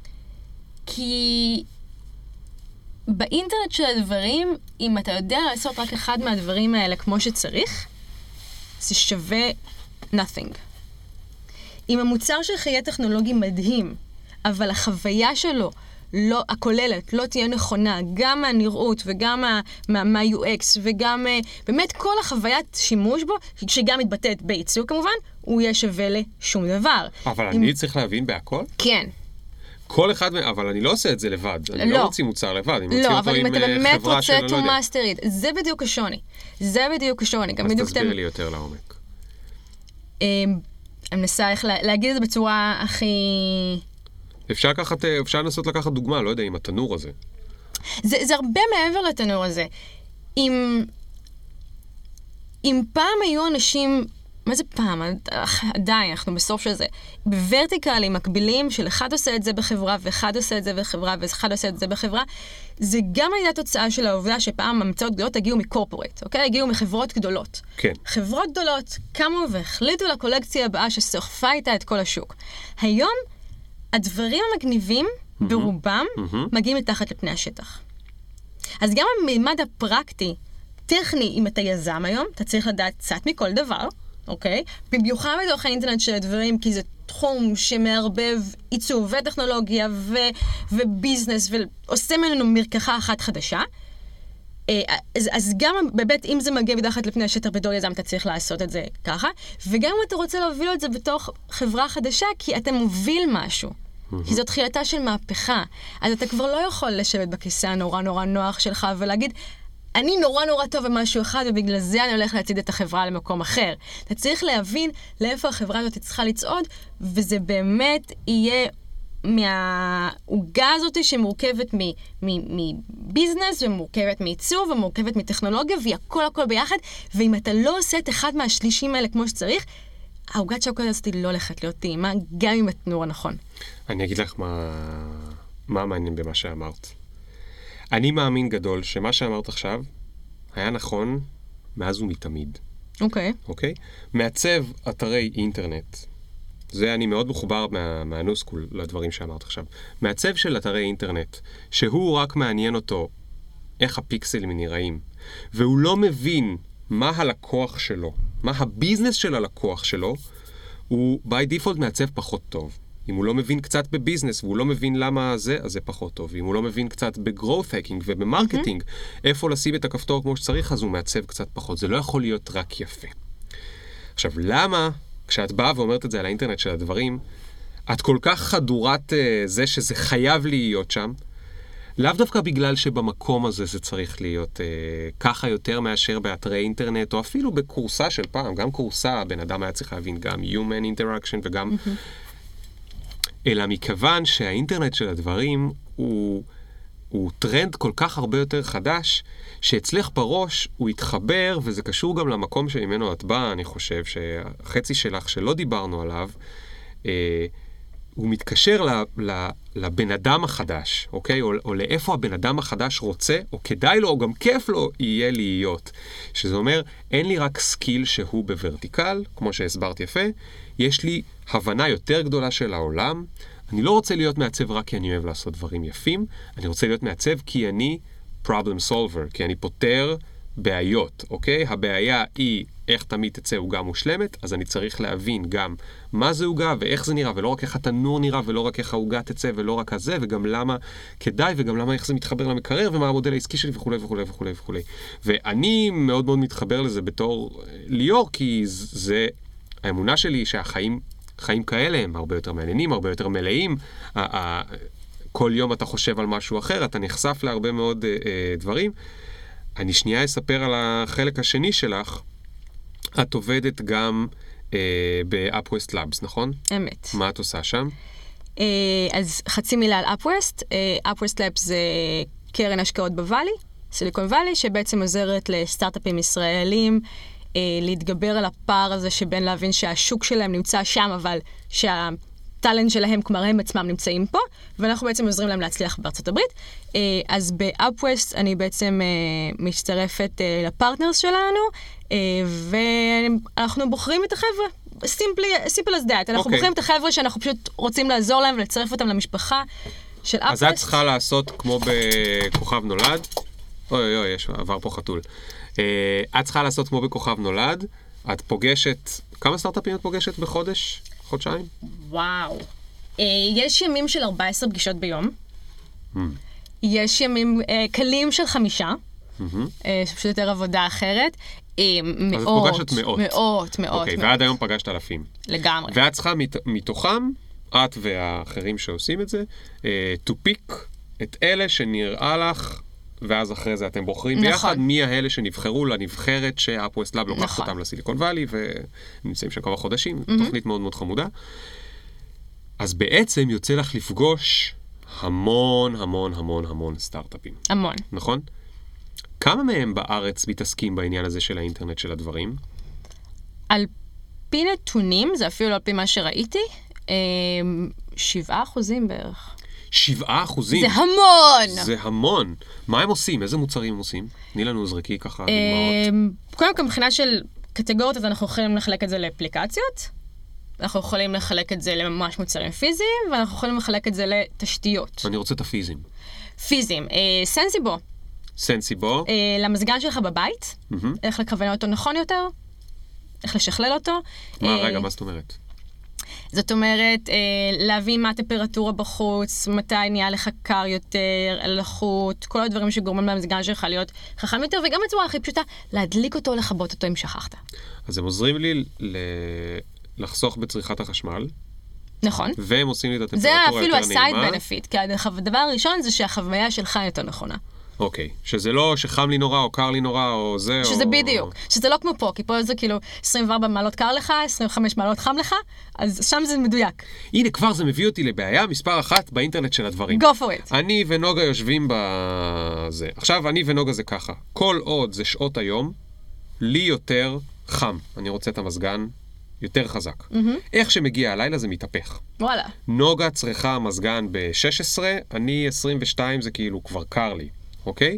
כי באינטרנט של הדברים, אם אתה יודע לעשות רק אחד מהדברים האלה כמו שצריך, זה שווה nothing. אם המוצר שלך יהיה טכנולוגי מדהים, אבל החוויה שלו, הכוללת, לא תהיה נכונה, גם מהנראות וגם מה-UX וגם באמת כל החוויית שימוש בו, שגם מתבטאת בעיצוב כמובן, הוא יהיה שווה לשום דבר. אבל אני צריך להבין בהכל? כן. כל אחד, אבל אני לא עושה את זה לבד. אני לא מוציא מוצר לבד, אני מוציא אותו עם חברה שלא יודע. לא, אבל אם אתה באמת רוצה to master it, זה בדיוק השוני. זה בדיוק השוני. אז תסביר לי יותר לעומק. אני מנסה איך להגיד את זה בצורה הכי... אפשר לנסות לקחת דוגמה, לא יודע, עם התנור הזה. זה הרבה מעבר לתנור הזה. אם פעם היו אנשים, מה זה פעם? עדיין, אנחנו בסוף של זה. בוורטיקלים מקבילים של אחד עושה את זה בחברה, ואחד עושה את זה בחברה, ואחד עושה את זה בחברה, זה גם הייתה תוצאה של העובדה שפעם המצאות גדולות הגיעו מקורפורט, אוקיי? הגיעו מחברות גדולות. כן. חברות גדולות קמו והחליטו לקולקציה הבאה שסוחפה איתה את כל השוק. היום, הדברים המגניבים, ברובם, מגיעים מתחת לפני השטח. אז גם הממד הפרקטי, טכני, אם אתה יזם היום, אתה צריך לדעת קצת מכל דבר, אוקיי? במיוחד בתוך האינטרנט של הדברים, כי זה תחום שמערבב עיצוב וטכנולוגיה וביזנס, ועושה ממנו מרקחה אחת חדשה. אז גם באמת, אם זה מגיע מתחת לפני השטח בתור יזם, אתה צריך לעשות את זה ככה. וגם אם אתה רוצה להוביל את זה בתוך חברה חדשה, כי אתה מוביל משהו. כי זו תחילתה של מהפכה. אז אתה כבר לא יכול לשבת בכיסא הנורא נורא נוח שלך ולהגיד, אני נורא נורא טוב במשהו אחד, ובגלל זה אני הולך להציד את החברה למקום אחר. אתה צריך להבין לאיפה החברה הזאת צריכה לצעוד, וזה באמת יהיה מהעוגה הזאת שמורכבת מביזנס, ומורכבת מעיצוב, ומורכבת מטכנולוגיה, והיא הכל ביחד, ואם אתה לא עושה את אחד מהשלישים האלה כמו שצריך, העוגת שוקולד הזאת לא הולכת להיות טעימה, גם עם התנור הנכון. אני אגיד לך מה מעניין במה שאמרת. אני מאמין גדול שמה שאמרת עכשיו היה נכון מאז ומתמיד. אוקיי. אוקיי? מעצב אתרי אינטרנט, זה אני מאוד מחובר מהנוסקול לדברים שאמרת עכשיו. מעצב של אתרי אינטרנט, שהוא רק מעניין אותו איך הפיקסלים נראים, והוא לא מבין מה הלקוח שלו, מה הביזנס של הלקוח שלו, הוא by default מעצב פחות טוב. אם הוא לא מבין קצת בביזנס, והוא לא מבין למה זה, אז זה פחות טוב. אם הוא לא מבין קצת ב-growth hacking ובמרקטינג, איפה לשים את הכפתור כמו שצריך, אז הוא מעצב קצת פחות. זה לא יכול להיות רק יפה. עכשיו, למה, כשאת באה ואומרת את זה על האינטרנט של הדברים, את כל כך חדורת זה שזה חייב להיות שם, לאו דווקא בגלל שבמקום הזה זה צריך להיות ככה יותר מאשר באתרי אינטרנט, או אפילו בקורסה של פעם, גם קורסה, בן אדם היה צריך להבין גם human interaction וגם... אלא מכיוון שהאינטרנט של הדברים הוא טרנד כל כך הרבה יותר חדש, שאצלך בראש הוא יתחבר, וזה קשור גם למקום שממנו את באה, אני חושב, שהחצי שלך שלא דיברנו עליו, הוא מתקשר לבן אדם החדש, אוקיי? או לאיפה הבן אדם החדש רוצה, או כדאי לו, או גם כיף לו, יהיה להיות. שזה אומר, אין לי רק סקיל שהוא בוורטיקל, כמו שהסברת יפה, יש לי הבנה יותר גדולה של העולם. אני לא רוצה להיות מעצב רק כי אני אוהב לעשות דברים יפים, אני רוצה להיות מעצב כי אני problem solver, כי אני פותר בעיות, אוקיי? הבעיה היא איך תמיד תצא עוגה מושלמת, אז אני צריך להבין גם מה זה עוגה ואיך זה נראה, ולא רק איך התנור נראה, ולא רק איך העוגה תצא, ולא רק הזה, וגם למה כדאי, וגם למה איך זה מתחבר למקרר, ומה המודל העסקי שלי וכו' וכו' וכו' וכו'. ואני מאוד מאוד מתחבר לזה בתור ליאור, כי זה האמונה שלי שהחיים כאלה הם הרבה יותר מעניינים, הרבה יותר מלאים. כל יום אתה חושב על משהו אחר, אתה נחשף להרבה מאוד דברים. אני שנייה אספר על החלק השני שלך. את עובדת גם ב-Upwest Labs, נכון? אמת. מה את עושה שם? אז חצי מילה על Upwest. Upwest Labs זה קרן השקעות בוואלי, סיליקון וואלי, שבעצם עוזרת לסטארט-אפים ישראלים להתגבר על הפער הזה שבין להבין שהשוק שלהם נמצא שם, אבל שהטלנט שלהם, כלומר הם עצמם נמצאים פה, ואנחנו בעצם עוזרים להם להצליח בארצות הברית. אז ב-Upwest אני בעצם מצטרפת לפרטנרס שלנו, ואנחנו בוחרים את החבר'ה. simple as that. אנחנו בוחרים את החבר'ה שאנחנו פשוט רוצים לעזור להם ולצרף אותם למשפחה של Upwest. אז את צריכה לעשות כמו בכוכב נולד. אוי, יש, עבר פה חתול. את צריכה לעשות כמו בכוכב נולד. את פוגשת, כמה סטארט-אפים את פוגשת בחודש? חודשיים? וואו. יש ימים של 14 פגישות ביום. יש ימים קלים של 5. שפשוט יותר עבודה אחרת. מאות. אז את פוגשת מאות. מאות. ועד היום פגשת אלפים. לגמרי. ואת צריכה מתוכם, את והאחרים שעושים את זה, to pick את אלה שנראה לך, ואז אחרי זה אתם בוחרים ביחד מי האלה שנבחרו לנבחרת ש-Upwest Lab לוקחת אותם לסיליקון וואלי, ונמצאים שם כמה חודשים, תוכנית מאוד מאוד חמודה. אז בעצם יוצא לך לפגוש המון סטארט-אפים. המון. נכון? כמה מהם בארץ מתעסקים בעניין הזה של האינטרנט של הדברים? על פי נתונים, זה אפילו לא על פי מה שראיתי, 7% בערך. 7%? זה המון! זה המון. מה הם עושים? איזה מוצרים הם עושים? תני לנו זרקי ככה דוגמאות. קודם כל, מבחינה של קטגוריות, אז אנחנו יכולים לחלק את זה לאפליקציות, אנחנו יכולים לחלק את זה לממש מוצרים פיזיים, ואנחנו יכולים לחלק את זה לתשתיות. אני רוצה את הפיזיים. פיזיים. סנסיבו. סנסיבו. למזגן שלך בבית, איך לכוון אותו נכון יותר, איך לשכלל אותו. רגע, מה זאת אומרת? זאת אומרת, להבין מה הטמפרטורה בחוץ, מתי נהיה לך קר יותר, לחות, כל הדברים שגורמים למזגן שלך להיות חכם יותר, וגם בצורה הכי פשוטה, להדליק אותו או לכבות אותו אם שכחת. אז הם עוזרים לי לחסוך בצריכת החשמל. נכון. והם עושים לי את הטמפרטורה יותר נעימה. זה אפילו הסייד בנפיט, כי הדבר הראשון זה שהחוויה שלך יותר נכונה. אוקיי, שזה לא שחם לי נורא, או קר לי נורא, או זה, שזה בדיוק, שזה לא כמו פה, כי פה זה כאילו 24 מעלות קר לך, 25 מעלות חם לך, אז שם זה מדויק. הנה, כבר זה מביא אותי לבעיה מספר 1 באינטרנט של הדברים. Go for it. אני ונוגה יושבים בזה. עכשיו, אני ונוגה זה ככה. כל עוד זה שעות היום, לי יותר חם. אני רוצה את המזגן יותר חזק. איך שמגיע הלילה זה מתהפך. וואלה. נוגה צריכה מזגן ב-16, אני 22, זה כאילו כבר קר לי. אוקיי?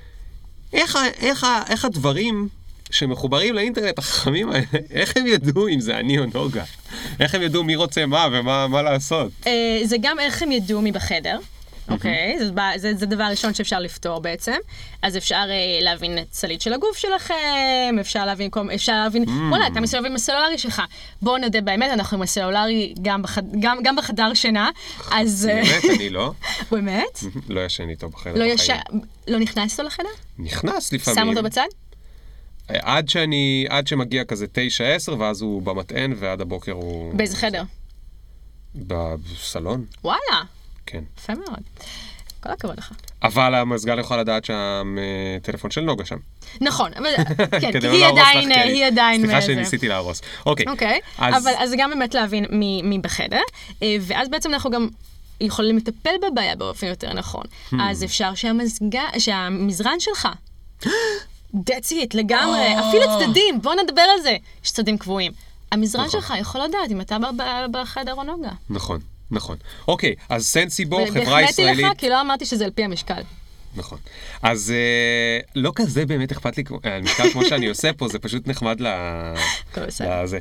איך הדברים שמחוברים לאינטרנט החכמים האלה, איך הם ידעו אם זה אני או נוגה? איך הם ידעו מי רוצה מה ומה לעשות? זה גם איך הם ידעו מי בחדר, אוקיי? זה דבר ראשון שאפשר לפתור בעצם. אז אפשר להבין את סליד של הגוף שלכם, אפשר להבין, וואלה, אתה מסתובב עם הסלולרי שלך. בואו נדע באמת, אנחנו עם הסלולרי גם בחדר שינה, אז... באמת, אני לא. באמת? לא ישן איתו בחדר בחיים. לא נכנס לו לחדר? נכנס לפעמים. שם אותו בצד? עד שמגיע כזה 9-10, ואז הוא במטען, ועד הבוקר הוא... באיזה חדר? בסלון. וואלה. כן. יפה מאוד. כל הכבוד לך. אבל המזגן יכול לדעת שהטלפון של נוגה שם. נכון, אבל כן, היא עדיין... סליחה שניסיתי להרוס. אוקיי. אז גם באמת להבין מי בחדר, ואז בעצם אנחנו גם יכולים לטפל בבעיה באופן יותר נכון. אז אפשר שהמזרן שלך... That's it, לגמרי. אפילו צדדים, בוא נדבר על זה. יש צדדים קבועים. המזרן שלך יכול לדעת אם אתה בחדר או נוגה. נכון. נכון. אוקיי, אז סנסיבו, חברה ישראלית... והחמאתי לך, כי לא אמרתי שזה על פי המשקל. נכון. אז לא כזה באמת אכפת לי על משקל כמו שאני עושה פה, זה פשוט נחמד לזה.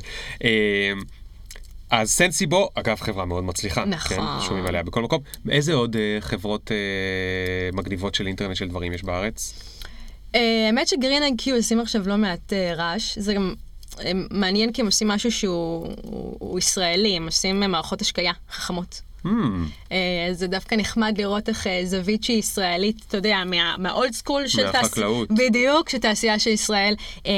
אז סנסיבו, אגב, חברה מאוד מצליחה. נכון. כן, שומעים עליה בכל מקום. איזה עוד חברות מגניבות של אינטרנט של דברים יש בארץ? האמת שגרין איי-קיו עושים עכשיו לא מעט רעש. זה גם... מעניין כי הם עושים משהו שהוא ישראלי, הם עושים מערכות השקיה חכמות. זה דווקא נחמד לראות איך זווית שהיא ישראלית, אתה יודע, מהאולד סקול של מהחקלאות. בדיוק, שתעשייה של ישראל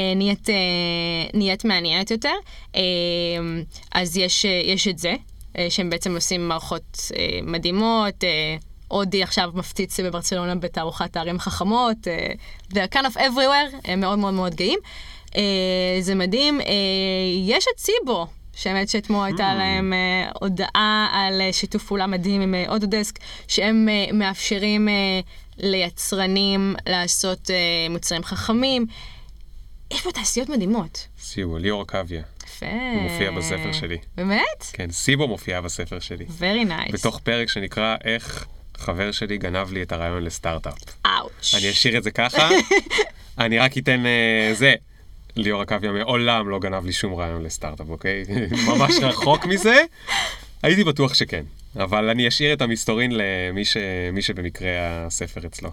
נהיית מעניינת יותר. אז יש את זה, שהם בעצם עושים מערכות מדהימות, אודי עכשיו מפציץ בברצלונה בתערוכת הערים החכמות, they're kind of everywhere, הם מאוד מאוד מאוד גאים. זה מדהים. יש את סיבו, שהאמת שאתמול הייתה להם הודעה על שיתוף פעולה מדהים עם אוטודסק, שהם מאפשרים ליצרנים לעשות מוצרים חכמים. יש פה תעשיות מדהימות. סיבו, ליאור קוויה. יפה. הוא מופיע בספר שלי. באמת? כן, סיבו מופיע בספר שלי. Very nice. בתוך פרק שנקרא איך חבר שלי גנב לי את הרעיון לסטארט-אפ. אאוץ'. אני אשאיר את זה ככה. אני רק אתן זה. ליאור הקוויה מעולם לא גנב לי שום רעיון לסטארט-אפ, אוקיי? ממש רחוק מזה. הייתי בטוח שכן. אבל אני אשאיר את המסתורין למי שבמקרה הספר אצלו.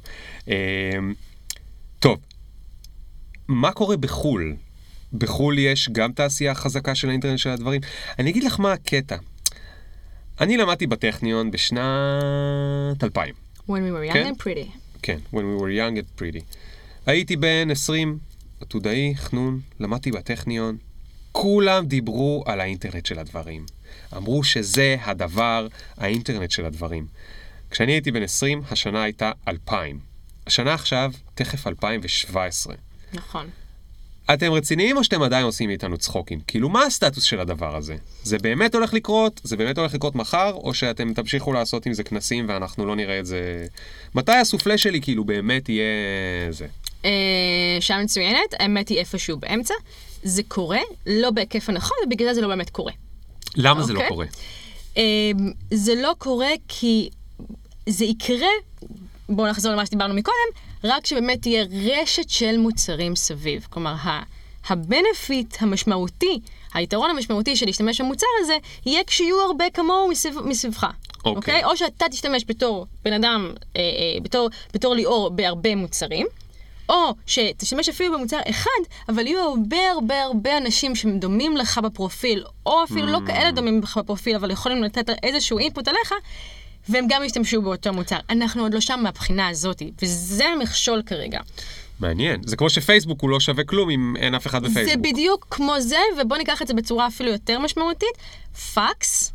טוב. מה קורה בחול? בחול יש גם תעשייה חזקה של האינטרנט של הדברים. אני אגיד לך מה הקטע. אני למדתי בטכניון בשנת 2000. When we were young and pretty. כן, when we were young and pretty. הייתי בן 20, עתודאי, חנון, למדתי בטכניון. כולם דיברו על האינטרנט של הדברים. אמרו שזה הדבר, האינטרנט של הדברים. כשאני הייתי בן 20, השנה הייתה 2000. השנה עכשיו, תכף 2017. נכון. אתם רציניים או שאתם עדיין עושים איתנו צחוקים? כאילו, מה הסטטוס של הדבר הזה? זה באמת הולך לקרות? זה באמת הולך לקרות מחר? או שאתם תמשיכו לעשות עם זה כנסים ואנחנו לא נראה את זה? מתי הסופלה שלי כאילו באמת יהיה זה? שם מצוינת, האמת היא איפשהו באמצע. זה קורה, לא בהיקף הנכון, ובגלל זה לא באמת קורה. למה זה לא קורה? זה לא קורה כי זה יקרה, בואו נחזור למה שדיברנו מקודם, רק שבאמת תהיה רשת של מוצרים סביב. כלומר, הבנפיט המשמעותי, היתרון המשמעותי של להשתמש במוצר הזה, יהיה כשיהיו הרבה כמוהו מסביבך. אוקיי? או שאתה תשתמש בתור בן אדם, בתור ליאור בהרבה מוצרים, או שתשתמש אפילו במוצר אחד, אבל יהיו הרבה אנשים שדומים לך בפרופיל, או אפילו לא כאלה דומים לך בפרופיל, אבל יכולים לתת איזשהו אינפוט עליך, והם גם ישתמשו באותו מוצר. אנחנו עוד לא שם מהבחינה הזאת, וזה המכשול כרגע. מעניין. זה כמו שפייסבוק הוא לא שווה כלום אם אין אף אחד בפייסבוק. זה בדיוק כמו זה, ובוא ניקח את זה בצורה אפילו יותר משמעותית. פקס,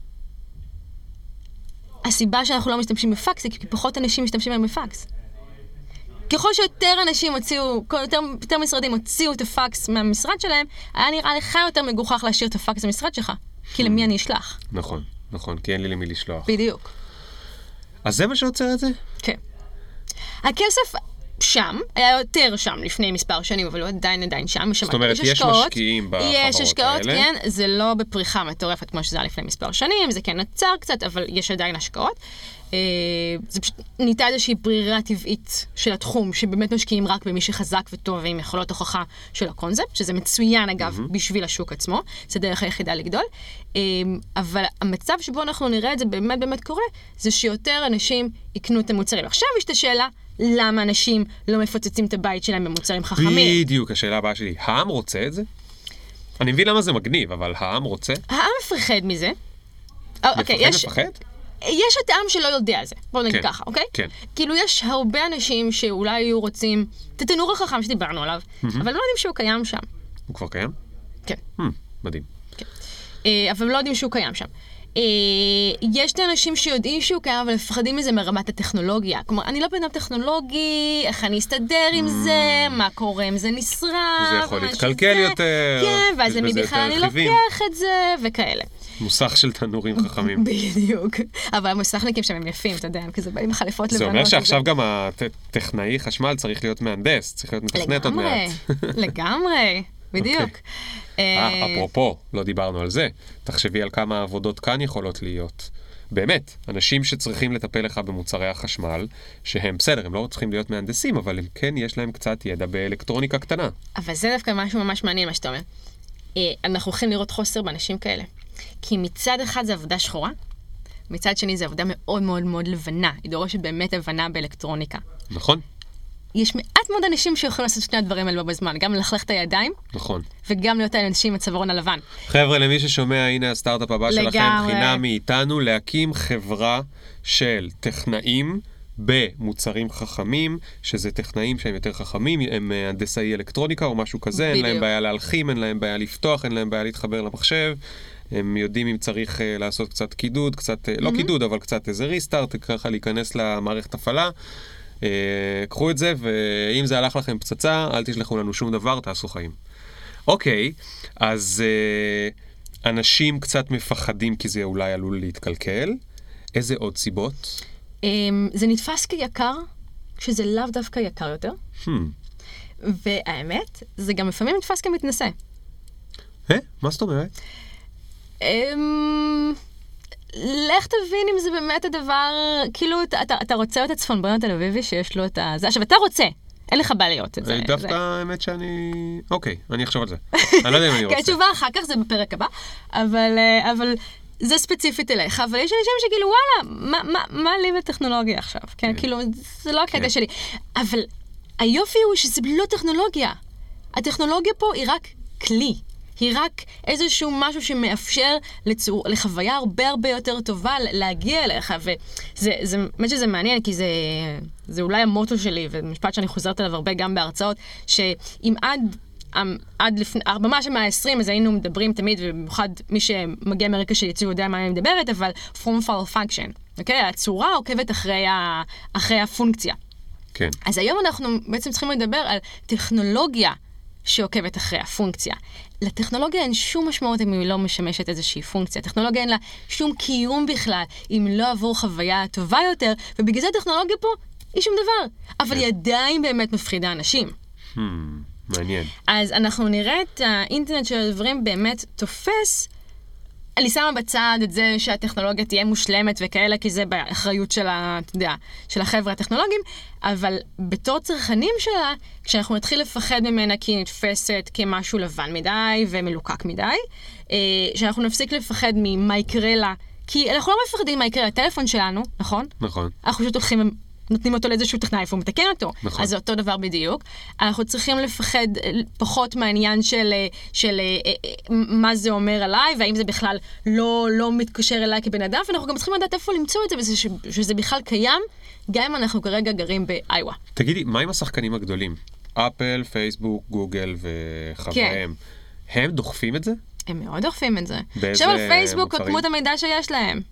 הסיבה שאנחנו לא משתמשים בפקס, זה כי פחות אנשים משתמשים בהם בפקס. ככל שיותר אנשים הוציאו, יותר משרדים הוציאו את הפקס מהמשרד שלהם, היה נראה לך יותר מגוחך להשאיר את הפקס במשרד שלך. כי למי אני אשלח? נכון, נכון, כי אין לי למי לשלוח. בדיוק. אז זה מה שעוצר את זה? כן. הכסף שם, היה יותר שם לפני מספר שנים, אבל הוא עדיין שם. זאת אומרת, יש משקיעים בחברות האלה? יש השקעות, כן. זה לא בפריחה מטורפת כמו שזה היה לפני מספר שנים, זה כן נצר קצת, אבל יש עדיין השקעות. זה פשוט ניתה איזושהי ברירה טבעית של התחום, שבאמת משקיעים רק במי שחזק וטוב ועם יכולות הוכחה של הקונספט, שזה מצוין אגב בשביל השוק עצמו, זה דרך היחידה לגדול, אבל המצב שבו אנחנו נראה את זה באמת באמת קורה, זה שיותר אנשים יקנו את המוצרים. עכשיו יש את השאלה, למה אנשים לא מפוצצים את הבית שלהם במוצרים חכמים? בדיוק, השאלה הבאה שלי, העם רוצה את זה? אני מבין למה זה מגניב, אבל העם רוצה? העם מפחד מזה. מפחד? יש את העם שלא יודע על זה, בואו נגיד ככה, אוקיי? כן. כאילו יש הרבה אנשים שאולי היו רוצים את התנור החכם שדיברנו עליו, אבל לא יודעים שהוא קיים שם. הוא כבר קיים? כן. מדהים. אבל לא יודעים שהוא קיים שם. יש את האנשים שיודעים שהוא קיים, אבל מפחדים מזה מרמת הטכנולוגיה. כלומר, אני לא בן אדם טכנולוגי, איך אני אסתדר עם זה, מה קורה אם זה נשרף, זה יכול להתקלקל יותר. כן, ואז אני בכלל אני לוקח את זה, וכאלה. מוסך של תנורים חכמים. בדיוק. אבל המוסכניקים שם הם יפים, אתה יודע, כי זה באים חליפות לבנות. זה אומר שעכשיו גם הטכנאי חשמל צריך להיות מהנדס, צריך להיות מתכנת עוד מעט. לגמרי, בדיוק. אפרופו, לא דיברנו על זה. תחשבי על כמה עבודות כאן יכולות להיות. באמת, אנשים שצריכים לטפל לך במוצרי החשמל, שהם בסדר, הם לא צריכים להיות מהנדסים, אבל הם כן יש להם קצת ידע באלקטרוניקה קטנה. אבל זה דווקא משהו ממש מעניין מה שאתה אומר. אנחנו הולכים לראות חוסר באנשים כאלה. כי מצד אחד זה עבודה שחורה, מצד שני זה עבודה מאוד מאוד מאוד לבנה. היא דורשת באמת הבנה באלקטרוניקה. נכון. יש מעט מאוד אנשים שיכולים לעשות שני הדברים האלה בזמן, גם ללכלך את הידיים, נכון. וגם להיות האנשים עם הצווארון הלבן. חבר'ה, למי ששומע, הנה הסטארט-אפ הבא שלכם, חינם מאיתנו, להקים חברה של טכנאים במוצרים חכמים, שזה טכנאים שהם יותר חכמים, הם הנדסאי אלקטרוניקה או משהו כזה, אין להם בעיה להלחים, אין להם בעיה לפתוח, אין להם בעיה להתחבר למחשב, הם יודעים אם צריך לעשות קצת קידוד, קצת, לא קידוד, אבל קצת איזה ריסטארט, ככה להיכנס למערכת הפעלה. קחו את זה, ואם זה הלך לכם פצצה, אל תשלחו לנו שום דבר, תעשו חיים. אוקיי, אז אנשים קצת מפחדים כי זה אולי עלול להתקלקל. איזה עוד סיבות? זה נתפס כיקר, כשזה לאו דווקא יקר יותר. והאמת, זה גם לפעמים נתפס כמתנשא. מה זאת אומרת? לך תבין אם זה באמת הדבר, כאילו, אתה רוצה את הצפונבון התל אביבי שיש לו את זה. עכשיו, אתה רוצה, אין לך בעיה להיות את זה. דווקא האמת שאני... אוקיי, אני אחשוב על זה. אני לא יודע אם אני רוצה. כן, תשובה אחר כך זה בפרק הבא, אבל זה ספציפית אליך, אבל יש אנשים שכאילו, וואלה, מה לי בטכנולוגיה עכשיו? כן, כאילו, זה לא הקטע שלי. אבל היופי הוא שזה לא טכנולוגיה. הטכנולוגיה פה היא רק כלי. היא רק איזשהו משהו שמאפשר לחוויה הרבה הרבה יותר טובה להגיע אליך, באמת שזה מעניין, כי זה אולי המוטו שלי, ומשפט שאני חוזרת עליו הרבה גם בהרצאות, שאם עד לפני, ממש מה-20, אז היינו מדברים תמיד, ובמיוחד מי שמגיע מרקע של ייצוג יודע מה אני מדברת, אבל from file function, אוקיי? הצורה עוקבת אחרי הפונקציה. כן. אז היום אנחנו בעצם צריכים לדבר על טכנולוגיה שעוקבת אחרי הפונקציה. לטכנולוגיה אין שום משמעות אם היא לא משמשת איזושהי פונקציה. טכנולוגיה אין לה שום קיום בכלל, אם לא עבור חוויה טובה יותר, ובגלל זה הטכנולוגיה פה היא שום דבר. אבל היא עדיין באמת מפחידה אנשים. מעניין. אז אנחנו נראה את האינטרנט של הדברים באמת תופס. אני שמה בצד את זה שהטכנולוגיה תהיה מושלמת וכאלה, כי זה באחריות של החבר'ה הטכנולוגיים, אבל בתור צרכנים שלה, כשאנחנו נתחיל לפחד ממנה כי היא נתפסת כמשהו לבן מדי ומלוקק מדי, שאנחנו נפסיק לפחד ממה יקרה לה, כי אנחנו לא מפחדים מה יקרה לטלפון שלנו, נכון? נכון. אנחנו פשוט הולכים נותנים אותו לאיזשהו טכנאי, איפה הוא מתקן אותו. נכון. אז זה אותו דבר בדיוק. אנחנו צריכים לפחד פחות מהעניין של מה זה אומר עליי, והאם זה בכלל לא מתקשר אליי כבן אדם, ואנחנו גם צריכים לדעת איפה למצוא את זה, ושזה בכלל קיים, גם אם אנחנו כרגע גרים באיווה. תגידי, מה עם השחקנים הגדולים? אפל, פייסבוק, גוגל וחבריהם. כן. הם דוחפים את זה? הם מאוד דוחפים את זה. עכשיו על פייסבוק, כמות המידע שיש להם.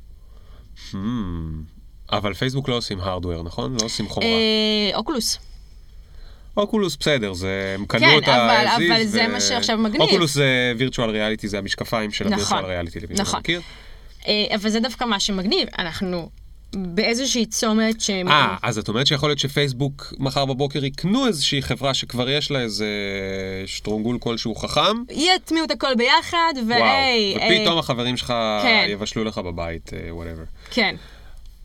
אבל פייסבוק לא עושים הארדוור, נכון? לא עושים חומרה. אוקולוס. אוקולוס בסדר, הם קנו אותה הזיז. אבל זה מה שעכשיו מגניב. אוקולוס זה וירטואל ריאליטי, זה המשקפיים של הווירטואל ריאליטי. נכון. אבל זה דווקא מה שמגניב. אנחנו באיזושהי צומת אז את אומרת שיכול להיות שפייסבוק מחר בבוקר יקנו איזושהי חברה שכבר יש לה איזה שטרונגול כלשהו חכם. יטמיעו את הכל ביחד, ופתאום החברים שלך יבשלו לך בבית, whatever. כן.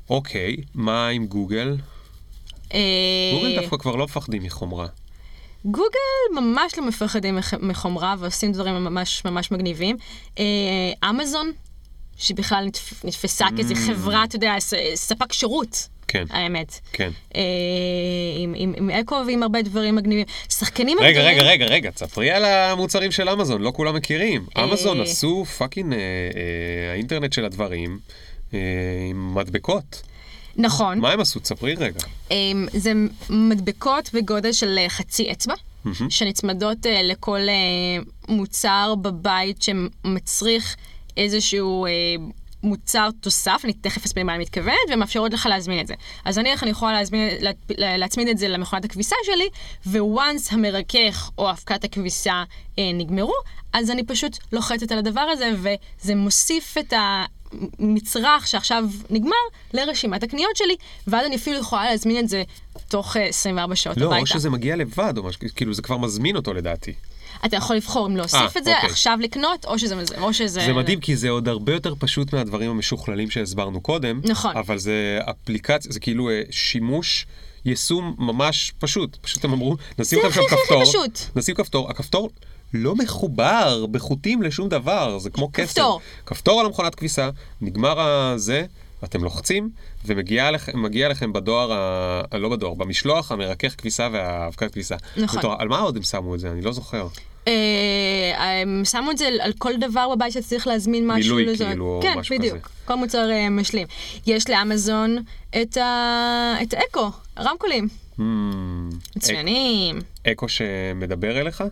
אוקיי, מה עם גוגל? גוגל דווקא כבר לא מפחדים מחומרה. גוגל ממש לא מפחדים מחומרה, ועושים דברים ממש ממש מגניבים. אמזון, שבכלל נתפסה כאיזו חברה, אתה יודע, ספק שירות. כן. האמת. כן. עם אקו ועם הרבה דברים מגניבים. שחקנים רגע, תספרי על המוצרים של אמזון, לא כולם מכירים. אמזון עשו פאקינג האינטרנט של הדברים עם מדבקות. נכון. מה הם עשו? תספרי רגע. זה מדבקות בגודל של חצי אצבע, שנצמדות לכל מוצר בבית שמצריך איזשהו מוצר תוסף, אני תכף אסביר מה אני מתכוונת, ומאפשרות לך להזמין את זה. אז אני יכולה להצמיד את זה למכונת הכביסה שלי, וואנס המרכך או הפקת הכביסה נגמרו, אז אני פשוט לוחצת על הדבר הזה, וזה מוסיף את המצרך שעכשיו נגמר לרשימת הקניות שלי, ואז אני אפילו יכולה להזמין את זה תוך 24 שעות הביתה. לא, או שזה מגיע לבד, או משהו, כאילו זה כבר מזמין אותו לדעתי. אתה יכול לבחור אם להוסיף את זה, עכשיו לקנות, או שזה... זה מדהים, כי זה עוד הרבה יותר פשוט מהדברים המשוכללים שהסברנו קודם. נכון. אבל זה אפליקציה, זה כאילו שימוש, יישום ממש פשוט. פשוט הם אמרו, נשים אותם שם כפתור. נשים כפתור, הכפתור לא מחובר בחוטים לשום דבר, זה כמו קסם. כפתור על המכונת כביסה, נגמר הזה, אתם לוחצים, ומגיע לכם בדואר, לא בדואר, במשלוח, המרכך כביסה והאבקת כביסה. נכון. על מה עוד הם שמו את זה? אני לא זוכר. הם שמו את זה על כל דבר בבית שצריך להזמין משהו. מילוי כאילו, או משהו כזה. כן, בדיוק. כל מוצר משלים. יש לאמזון את האקו, הרמקולים. מצוינים. אקו שמדבר אליך?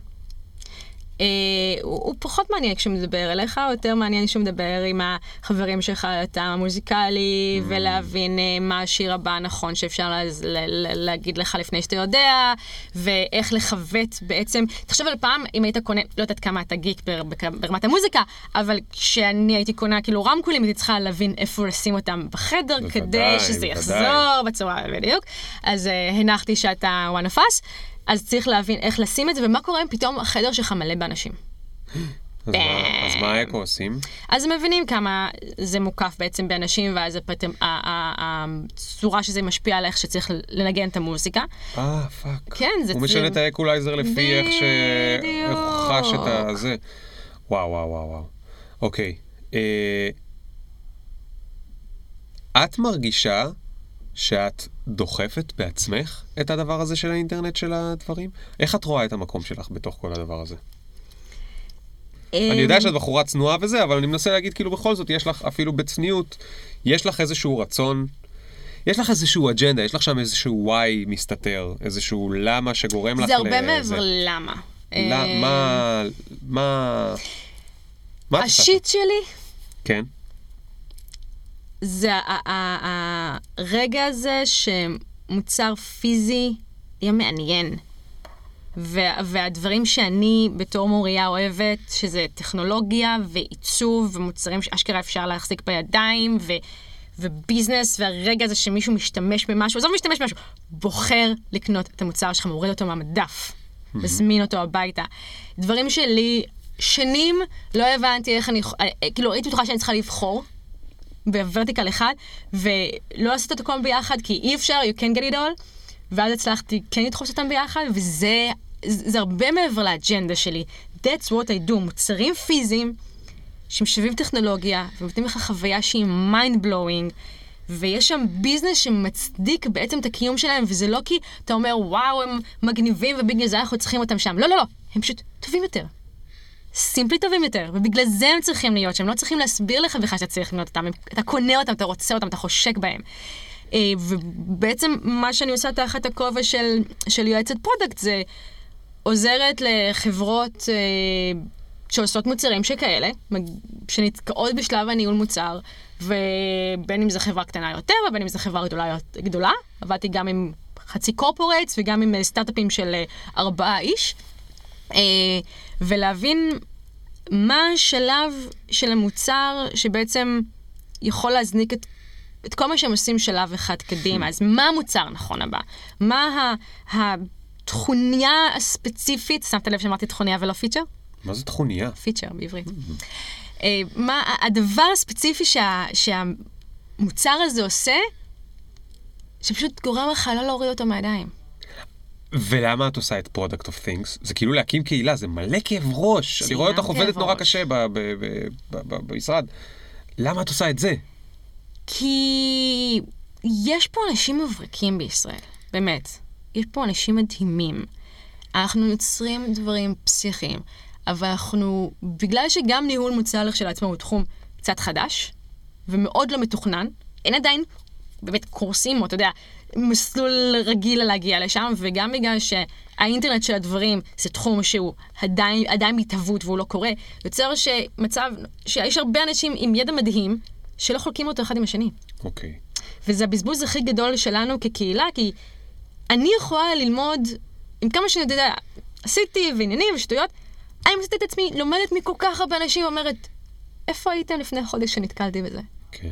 הוא פחות מעניין כשהוא מדבר אליך, הוא יותר מעניין כשהוא מדבר עם החברים שלך על הטעם המוזיקלי, ולהבין מה השיר הבא הנכון שאפשר להגיד לך לפני שאתה יודע, ואיך לחוות בעצם. תחשוב על פעם, אם היית קונה, לא יודעת כמה אתה גיק ברמת המוזיקה, אבל כשאני הייתי קונה כאילו רמקולים, הייתי צריכה להבין איפה לשים אותם בחדר, כדי שזה יחזור בצורה בדיוק. אז הנחתי שאתה one of us. אז צריך להבין איך לשים את זה, ומה קורה אם פתאום החדר שלך מלא באנשים. אז מה האקו עושים? אז הם מבינים כמה זה מוקף בעצם באנשים, ואז הצורה שזה משפיע על איך שצריך לנגן את המוזיקה. פאק. כן, זה... הוא משנה את האקולייזר לפי איך חש את זה. וואו. אוקיי. את מרגישה שאת דוחפת בעצמך את הדבר הזה של האינטרנט של הדברים? איך את רואה את המקום שלך בתוך כל הדבר הזה? אני יודע שאת בחורה צנועה וזה, אבל אני מנסה להגיד כאילו בכל זאת, יש לך אפילו בצניעות, יש לך איזשהו רצון, יש לך איזשהו אג'נדה, יש לך שם איזשהו וואי מסתתר, איזשהו למה שגורם לך זה הרבה מעבר למה. מה? השיט שלי? כן. זה הרגע הזה שמוצר פיזי יהיה מעניין. והדברים שאני בתור מוריה אוהבת, שזה טכנולוגיה ועיצוב ומוצרים שאשכרה אפשר להחזיק בידיים וביזנס, והרגע הזה שמישהו משתמש במשהו, עזוב משתמש במשהו, בוחר לקנות את המוצר שלך, מוריד אותו מהמדף, מזמין אותו הביתה. דברים שלי, שנים לא הבנתי איך אני, כאילו הייתי בטוחה שאני צריכה לבחור, בוורטיקל אחד, ולא עשית את הכל ביחד, כי אי אפשר, you can't get it all, ואז הצלחתי כן לדחוס אותם ביחד, וזה הרבה מעבר לאג'נדה שלי. That's what I do, מוצרים פיזיים, שמשווים טכנולוגיה, ונותנים לך חוויה שהיא mind blowing, ויש שם ביזנס שמצדיק בעצם את הקיום שלהם, וזה לא כי אתה אומר, וואו, הם מגניבים, ובגלל זה אנחנו צריכים אותם שם. לא, הם פשוט טובים יותר. סימפלי טובים יותר, ובגלל זה הם צריכים להיות שם, לא צריכים להסביר לך בכלל שאתה צריך לקנות אותם, אתה קונה אותם, אתה רוצה אותם, אתה חושק בהם. ובעצם מה שאני עושה תחת הכובע של יועצת פרודקט, זה עוזרת לחברות שעושות מוצרים שכאלה, שנתקעות בשלב הניהול מוצר, ובין אם זו חברה קטנה יותר, ובין אם זו חברה גדולה, עבדתי גם עם חצי קורפורייטס, וגם עם סטארט-אפים של 4 איש, ולהבין מה השלב של המוצר שבעצם יכול להזניק את כל מה שהם עושים שלב אחד קדימה. אז מה המוצר נכון הבא? מה התכוניה הספציפית? שמת לב שאמרתי תכוניה ולא פיצ'ר? מה זה תכוניה? פיצ'ר בעברית. מה הדבר הספציפי שהמוצר הזה עושה שפשוט גורם לך לא להוריד אותו מהידיים. ולמה את עושה את Product of Things? זה כאילו להקים קהילה, זה מלא כאב ראש. אני רואה אותך עובדת נורא קשה במשרד. למה את עושה את זה? כי יש פה אנשים מבריקים בישראל, באמת. יש פה אנשים מדהימים. אנחנו יוצרים דברים פסיכיים, אבל אנחנו, בגלל שגם ניהול מוצר כשלעצמו הוא תחום קצת חדש, ומאוד לא מתוכנן, אין עדיין באמת קורסים, או אתה יודע, מסלול רגיל להגיע לשם, וגם בגלל שהאינטרנט של הדברים זה תחום שהוא עדיין בהתהוות והוא לא קורה, יוצר שמצב שיש הרבה אנשים עם ידע מדהים, שלא חולקים אותו אחד עם השני. אוקיי. וזה הבזבוז הכי גדול שלנו כקהילה, כי אני יכולה ללמוד, עם כמה שאני יודע, עשיתי ועניינים ושטויות, אני מצאתי את עצמי, לומדת מכל כך הרבה אנשים, אומרת, איפה הייתם לפני חודש שנתקלתי בזה? כן.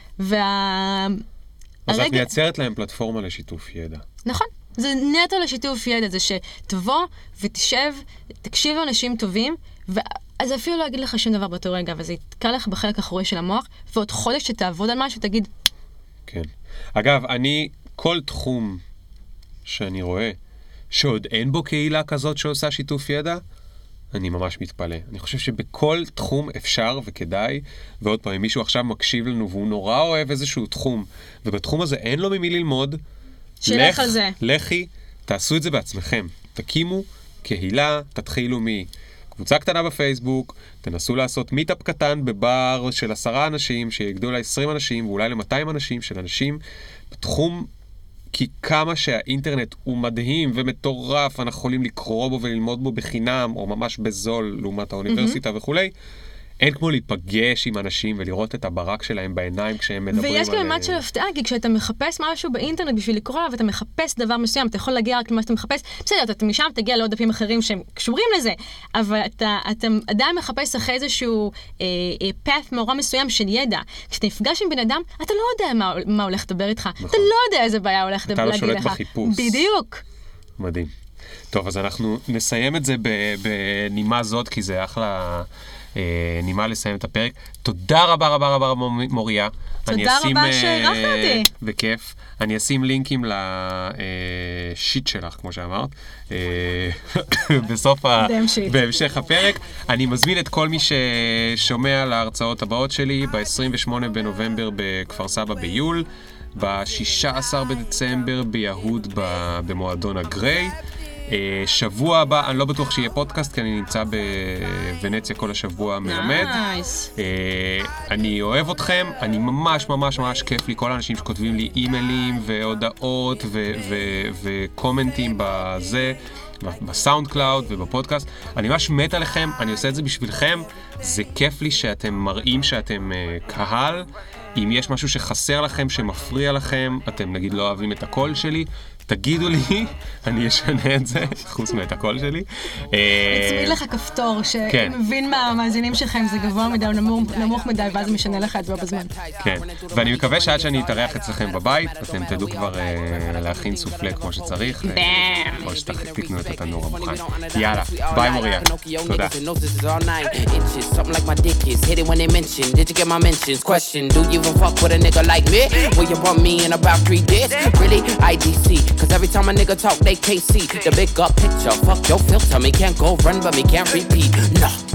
אז את מייצרת להם פלטפורמה לשיתוף ידע. נכון. זה נטו לשיתוף ידע, זה שתבוא ותשב, תקשיב לאנשים טובים, אז אפילו לא אגיד לך שום דבר באותו רגע, וזה יתקע לך בחלק האחורי של המוח, ועוד חודש שתעבוד על משהו, תגיד... כן. אגב, כל תחום שאני רואה, שעוד אין בו קהילה כזאת שעושה שיתוף ידע, אני ממש מתפלא. אני חושב שבכל תחום אפשר וכדאי, ועוד פעם, אם מישהו עכשיו מקשיב לנו, והוא נורא אוהב איזשהו תחום, ובתחום הזה אין לו ממי ללמוד, שילך על זה. לכי, תעשו את זה בעצמכם. תקימו קהילה, תתחילו מקבוצה קטנה בפייסבוק, תנסו לעשות מיטאפ קטן בבר של 10 אנשים, שיגדו ל-20 אנשים, ואולי ל-200 אנשים של אנשים בתחום, כי כמה שהאינטרנט הוא מדהים ומטורף, אנחנו יכולים לקרוא בו וללמוד בו בחינם, או ממש בזול, לעומת האוניברסיטה וכולי, אין כמו להיפגש עם אנשים ולראות את הברק שלהם בעיניים כשהם מדברים על... ויש גם ממד של הפתעה, כי כשאתה מחפש משהו באינטרנט בשביל לקרוא, ואתה מחפש דבר מסוים, אתה יכול להגיע רק למה שאתה מחפש, בסדר, אתה משם תגיע לעוד דפים אחרים שהם קשורים לזה, אבל אתה עדיין מחפש אחרי איזשהו path מאורע מסוים של ידע. כשאתה נפגש עם בן אדם, אתה לא יודע מה הולך לדבר איתך. אתה לא יודע איזה בעיה הולך להגיד לך. אתה לא שולט בחיפוש. בדיוק. מדהים. טוב, אז אנחנו נסיים את זה בנימה זאת, כי זה אחלה... נימה לסיים את הפרק. תודה רבה רבה רבה מוריה. תודה רבה שערכת אותי. בכיף. אני אשים לינקים לשיט שלך, כמו שאמרת, בהמשך הפרק. אני מזמין את כל מי ששומע להרצאות הבאות שלי, ב-28 בנובמבר בכפר סבא ביול, ב-16 בדצמבר ביהוד במועדון הגריי. שבוע הבא, אני לא בטוח שיהיה פודקאסט, כי אני נמצא בוונציה כל השבוע מלמד. אני אוהב אתכם, אני ממש ממש ממש כיף לי כל האנשים שכותבים לי אימיילים והודעות וקומנטים בזה, בסאונד קלאוד ובפודקאסט. אני ממש מת עליכם, אני עושה את זה בשבילכם. זה כיף לי שאתם מראים שאתם קהל. אם יש משהו שחסר לכם, שמפריע לכם, אתם נגיד לא אוהבים את הקול שלי, תגידו לי, אני אשנה את זה, חוץ מאת הקול שלי. נצמיד לך כפתור שמבין מהמאזינים שלכם, זה גבוה מדי או נמוך מדי, ואז משנה לך את זה בזמן. כן, ואני מקווה שעד שאני אתארח אצלכם בבית, אתם תדעו כבר להכין סופלה כמו שצריך, או שתקנו את התנור המוכן. יאללה, ביי מוריה. תודה. Cause every time a nigga talk, they can't see the big up picture. Fuck your filter, me can't go run, but me can't repeat. No.